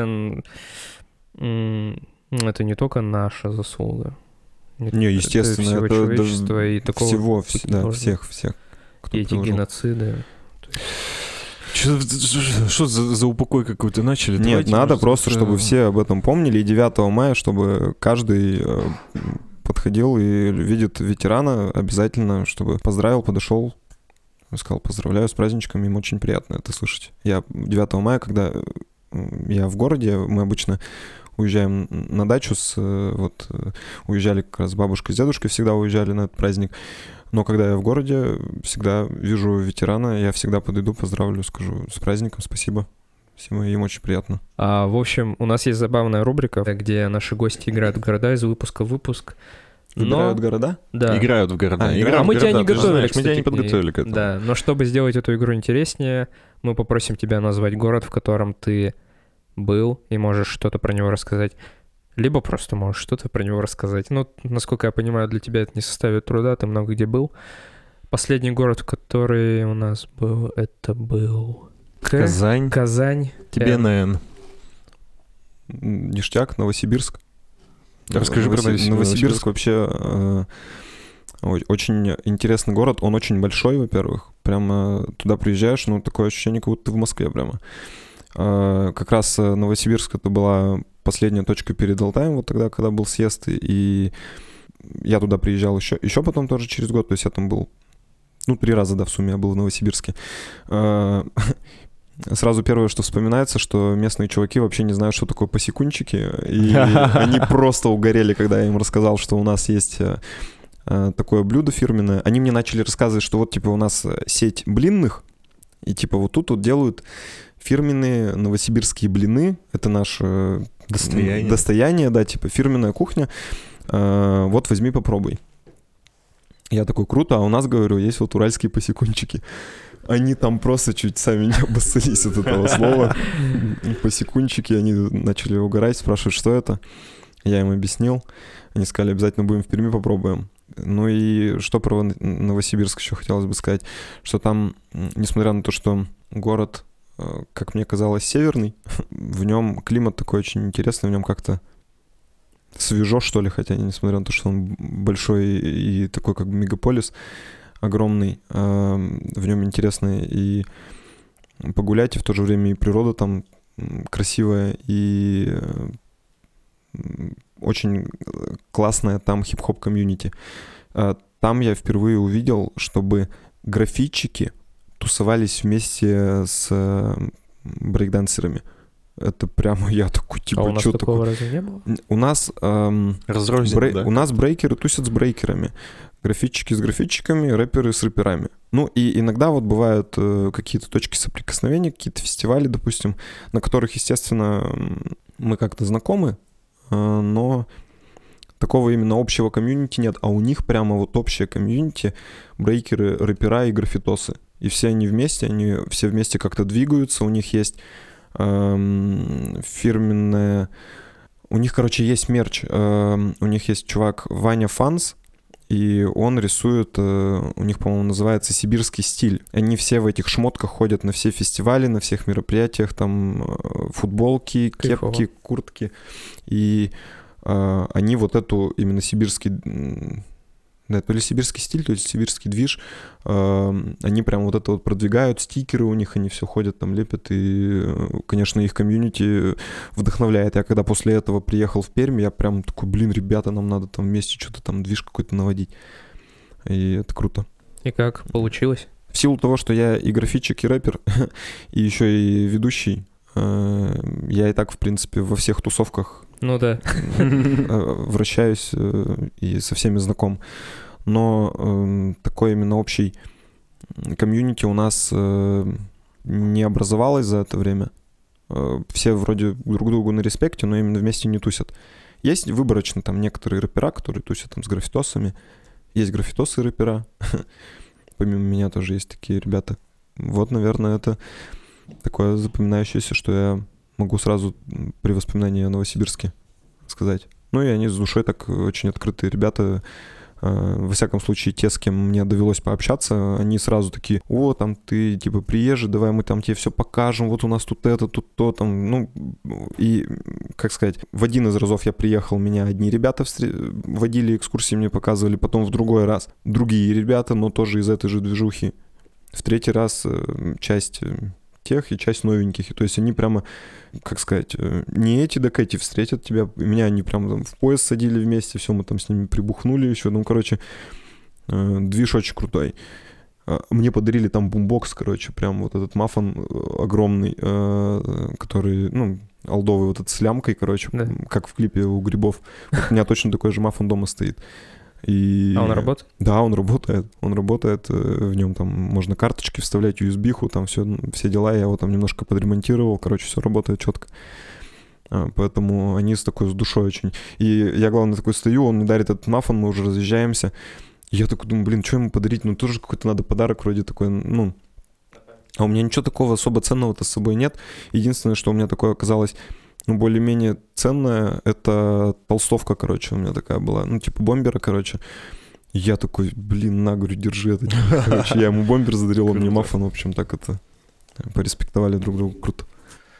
это не только наша заслуга. Не, естественно, это всего человечества и такого... всех, кто эти геноциды. Что за упокой какой-то начали? Нет, давайте, надо просто, чтобы все об этом помнили. И 9 мая, чтобы каждый подходил и видит ветерана обязательно, чтобы поздравил, подошел, сказал: поздравляю с праздничком, им очень приятно это слышать. Я 9 мая, когда я в городе, мы обычно уезжаем на дачу, уезжали как раз бабушка с дедушкой, всегда уезжали на этот праздник. Но когда я в городе, всегда вижу ветерана, я всегда подойду, поздравлю, скажу: с праздником, спасибо. Всем им очень приятно. В общем, у нас есть забавная рубрика, где наши гости играют в города из выпуска в выпуск. Играют в города? Да. Играют в города. Мы тебя не готовили, мы тебя не подготовили к этому. Да, но чтобы сделать эту игру интереснее, мы попросим тебя назвать город, в котором ты был, и можешь что-то про него рассказать. Либо просто можешь что-то про него рассказать. Насколько я понимаю, для тебя это не составит труда, ты много где был. Последний город, который у нас был, это был... Казань. Казань. Тебе на Н. ништяк, Новосибирск. Расскажи про Новосибирск вообще очень интересный город. Он очень большой, во-первых. Прямо туда приезжаешь, ну, такое ощущение, как будто ты в Москве прямо. Как раз Новосибирск — это была последняя точка перед Алтаем, вот тогда, когда был съезд, и я туда приезжал еще потом тоже через год, то есть я там был, 3 раза, да, в сумме я был в Новосибирске. Сразу первое, что вспоминается, что местные чуваки вообще не знают, что такое посекунчики, и они просто угорели, когда я им рассказал, что у нас есть такое блюдо фирменное. Они мне начали рассказывать, что вот, типа, у нас сеть блинных, и, типа, вот тут вот делают фирменные новосибирские блины. Это наше достояние, да, типа, фирменная кухня. Вот, возьми, попробуй. Я такой, круто, а у нас, говорю, есть вот уральские посекунчики. Они там просто чуть сами не обоссались от этого слова. Посекунчики, они начали угорать, спрашивают, что это. Я им объяснил. Они сказали, обязательно будем в Перми, попробуем. Ну и что про Новосибирск еще хотелось бы сказать, что там, несмотря на то, что город, как мне казалось, северный, в нем климат такой очень интересный, в нем как-то свежо, что ли, хотя несмотря на то, что он большой и такой как бы мегаполис огромный, в нем интересно и погулять, и в то же время и природа там красивая, и очень классная там хип-хоп комьюнити. Там я впервые увидел, чтобы граффитчики тусовались вместе с брейкдансерами. Это прямо я такой, типа, а у нас что такого такое? разве не было? У нас да? У нас брейкеры тусят с брейкерами, граффитчики с граффитчиками, рэперы с рэперами. Ну и иногда вот бывают какие-то точки соприкосновения, какие-то фестивали, допустим, на которых, естественно, мы как-то знакомы, но такого именно общего комьюнити нет, а у них прямо вот общее комьюнити, брейкеры, рэпера и граффитосы. И все они все вместе как-то двигаются, у них есть фирменная... У них, короче, есть мерч. У них есть чувак Ваня Фанс, и он рисует, у них, по-моему, называется «Сибирский стиль». Они все в этих шмотках ходят на все фестивали, на всех мероприятиях, там футболки, кепки, куртки. И они вот эту именно сибирский... Да, то ли сибирский стиль, то ли сибирский движ, они прям вот это вот продвигают, стикеры у них, они все ходят там, лепят, и, конечно, их комьюнити вдохновляет. Я когда после этого приехал в Пермь, я прям такой, ребята, нам надо там вместе что-то там, движ какой-то наводить. И это круто. И как получилось? В силу того, что я и граффитчик, и рэпер, и еще и ведущий, я и так, в принципе, во всех тусовках вращаюсь и со всеми знаком. Но такой именно общий комьюнити у нас не образовалось за это время. Все вроде друг другу на респекте, но именно вместе не тусят. Есть выборочно там некоторые рэпера, которые тусят там с граффитосами. Есть граффитосы и рэпера. Помимо меня тоже есть такие ребята. Вот, наверное, это такое запоминающееся, что я могу сразу при воспоминании о Новосибирске сказать. Ну и они с душой так очень открытые ребята. Во всяком случае, те, с кем мне довелось пообщаться, они сразу такие: о, там ты типа приезжий, давай мы там тебе все покажем, вот у нас тут это, тут то, там, ну, и, как сказать, в один из разов я приехал, меня одни ребята водили экскурсии, мне показывали, потом в другой раз другие ребята, но тоже из этой же движухи. В третий раз часть тех и часть новеньких. И то есть они прямо, как сказать, не эти, так эти встретят тебя. Меня они прямо там в поезд садили вместе, все, мы там с ними прибухнули еще. Ну, короче, движ очень крутой. Мне подарили там бумбокс, короче, прям вот этот маффин огромный, который, ну, олдовый вот этот с лямкой, короче, да. Как в клипе у Грибов. Вот у меня точно такой же маффин дома стоит. И... А он работает? Да, он работает. Он работает, в нем там можно карточки вставлять, USB-ху, там все дела. Я его там немножко подремонтировал, короче, все работает четко. Поэтому они с такой с душой очень. И я, главное, такой стою, он мне дарит этот маффин, мы уже разъезжаемся. И я такой думаю, что ему подарить? Ну, тоже какой-то надо подарок вроде такой, ну... А у меня ничего такого особо ценного-то с собой нет. Единственное, что у меня такое оказалось... Ну, более-менее ценная, это толстовка, короче, у меня такая была. Ну, типа бомбера, короче. Я такой, на, говорю, держи это. Короче, я ему бомбер задарил, он мне маффин, в общем, так это... Пореспектовали друг друга, круто.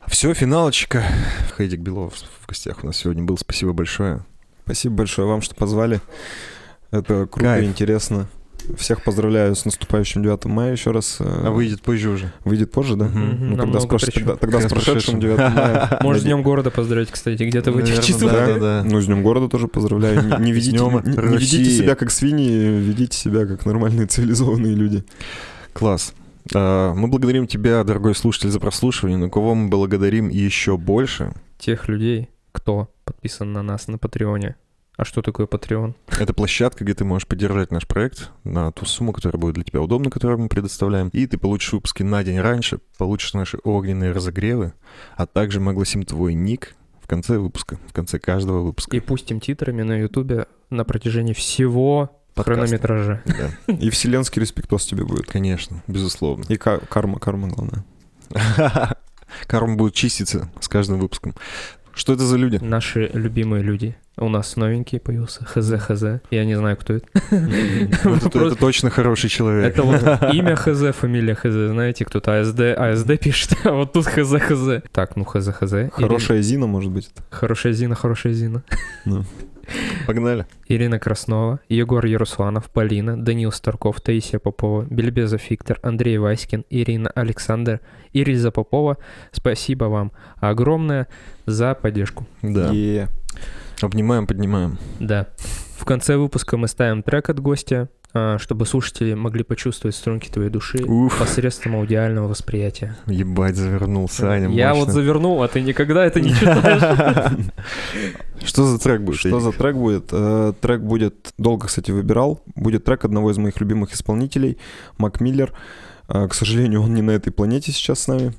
Все, финалочка. Хейдик Белов в гостях у нас сегодня был. Спасибо большое. Спасибо большое вам, что позвали. Это круто и интересно. Всех поздравляю с наступающим 9 мая еще раз. А выйдет позже уже? Выйдет позже, да? Ну, тогда с прошедшим 9 мая. Может, с Днем города поздравить, кстати, где-то в этих числах. Да. Ну, с Днем города тоже поздравляю. Не ведите себя как свиньи, ведите себя как нормальные цивилизованные люди. Класс. Мы благодарим тебя, дорогой слушатель, за прослушивание, но кого мы благодарим еще больше? Тех людей, кто подписан на нас на Патреоне. А что такое Patreon? Это площадка, где ты можешь поддержать наш проект на ту сумму, которая будет для тебя удобна, которую мы предоставляем. И ты получишь выпуски на день раньше, получишь наши огненные разогревы, а также мы огласим твой ник в конце выпуска, в конце каждого выпуска. И пустим титрами на Ютубе на протяжении всего хронометража. Да. И вселенский респектос тебе будет. Конечно, безусловно. И карма главное. Карма будет чиститься с каждым выпуском. Что это за люди? Наши любимые люди. У нас новенький появился. ХЗ. Я не знаю, кто это. Это точно хороший человек. Это вот имя ХЗ, фамилия ХЗ. Знаете, кто-то АСД пишет, а вот тут ХЗ. Так, ну ХЗ. Хорошая Зина, может быть. Хорошая Зина. Погнали. Ирина Краснова, Егор Ярусланов, Полина, Данил Старков, Таисия Попова, Бельбезов Виктор, Андрей Васькин, Ирина Александр, Ириза Попова. Спасибо вам огромное за поддержку. Да. Обнимаем, поднимаем. Да. В конце выпуска мы ставим трек от гостя, чтобы слушатели могли почувствовать струнки твоей души посредством аудиального восприятия. Ебать, завернул, Саня. Я вот завернул, а ты никогда это не читаешь. Что за трек будет? Что за трек будет? Трек будет, долго, кстати, выбирал. Будет трек одного из моих любимых исполнителей, Мак Миллер. К сожалению, он не на этой планете сейчас с нами.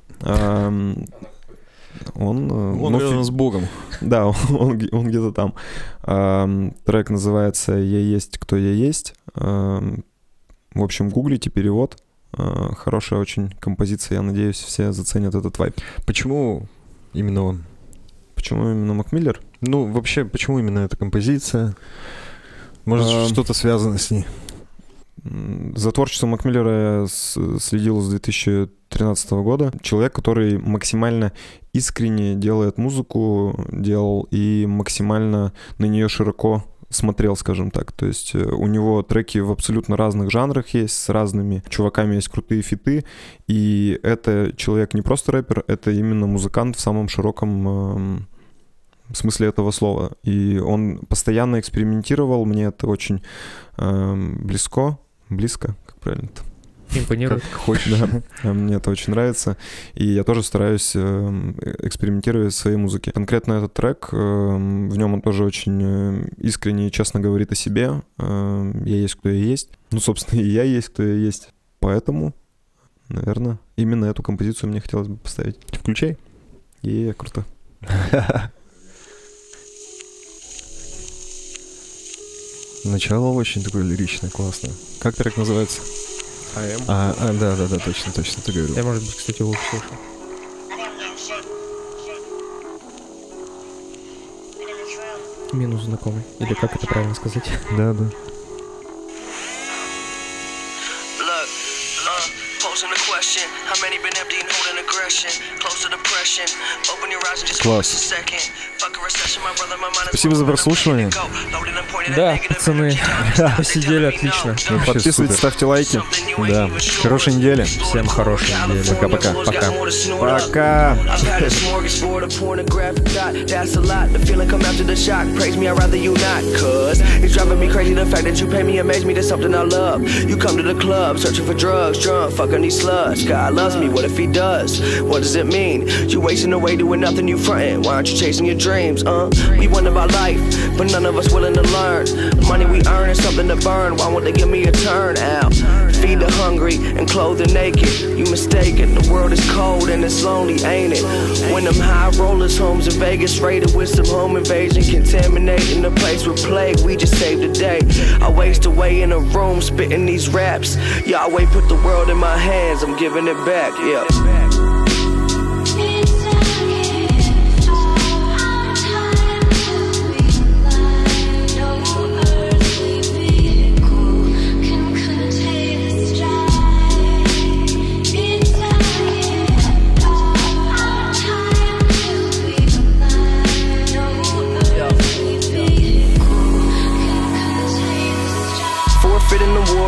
Он рядом с Богом. Да, он где-то там. Трек называется «Я есть, кто я есть». В общем, гуглите перевод. Хорошая очень композиция. Я надеюсь, все заценят этот вайб. Почему именно он? Почему именно Мак Миллер? Ну, вообще, почему именно эта композиция? Может, что-то связано с ней? За творчеством Мак Миллера я следил с 2013 года. Человек, который максимально искренне делает музыку, делал и максимально на нее широко смотрел, скажем так. То есть у него треки в абсолютно разных жанрах есть, с разными чуваками есть крутые фиты. И это человек не просто рэпер, это именно музыкант в самом широком смысле этого слова. И он постоянно экспериментировал, мне это очень близко, как правильно-то? Импонирует. Как хочешь, да. Мне это очень нравится. И я тоже стараюсь экспериментировать в своей музыке. Конкретно этот трек, в нем он тоже очень искренне и честно говорит о себе. Я есть, кто я есть. Ну, собственно, и я есть, кто я есть. Поэтому, наверное, именно эту композицию мне хотелось бы поставить. Включай. И круто. Начало очень такое лиричное, классное. Как трек называется? Да, точно, ты говорил. Я, может быть, кстати, его слышал. Минус знакомый. Или как это правильно сказать? Да. Класс. Спасибо за прослушивание. Да, пацаны, посидели отлично. Подписывайтесь, ставьте лайки. Да. Хорошей недели. Всем хорошей недели. Пока-пока. Пока. God loves me, what if he does? What does it mean? You wasting away doing nothing, you frontin'. Why aren't you chasing your dreams? We wonder about life, but none of us willing to learn. Money we earn is something to burn. Why won't they give me a turn out? Feed the hungry and clothe the naked. You mistaken, the world is cold and it's lonely, ain't it? When them high rollers homes in Vegas raided with some home invasion, contaminating the place with plague, we just saved the day. I waste away in a room spitting these raps. Yahweh put the world in my hands, I'm giving it back, yeah.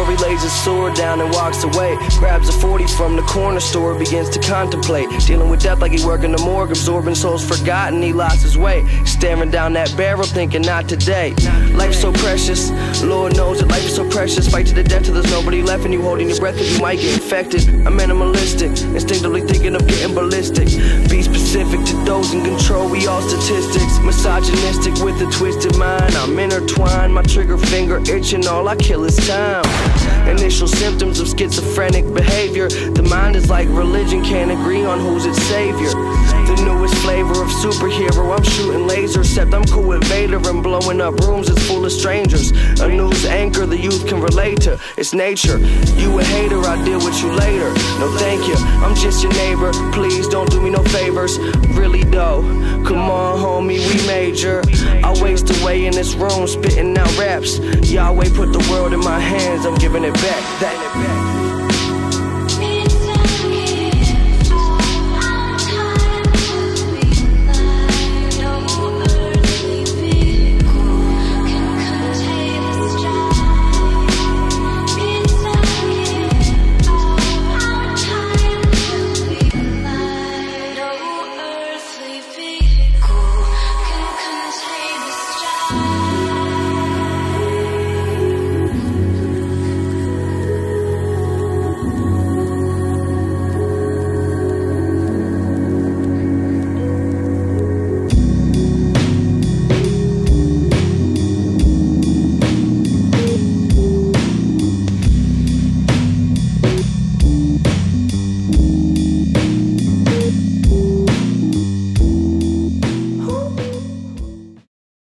he lays his sword down and walks away. Grabs a 40 from the corner store, begins to contemplate. Dealing with death like he working the morgue, absorbing souls forgotten, he lost his way. Staring down that barrel, thinking not today. Life's so precious, Lord knows that life is so precious. Fight to the death till there's nobody left and you holding your breath cause you might get infected. I'm minimalistic, instinctively thinking of getting ballistic. Be specific to those in control, we all statistics. Misogynistic with a twisted mind, I'm intertwined. My trigger finger itching, all I kill is time. Initial symptoms of schizophrenic behavior. The mind is like religion, can't agree on who's its savior. The newest flavor of superhero, I'm shooting lasers, except I'm cool with Vader and blowing up rooms that's full of strangers. A news anchor the youth can relate to, it's nature. You a hater, I'll deal with you later. No thank you, I'm just your neighbor, please don't do me no favors. Really though, come on homie, we major. I waste away in this room, spitting out raps. Yahweh put the world in my hands, I'm giving it back.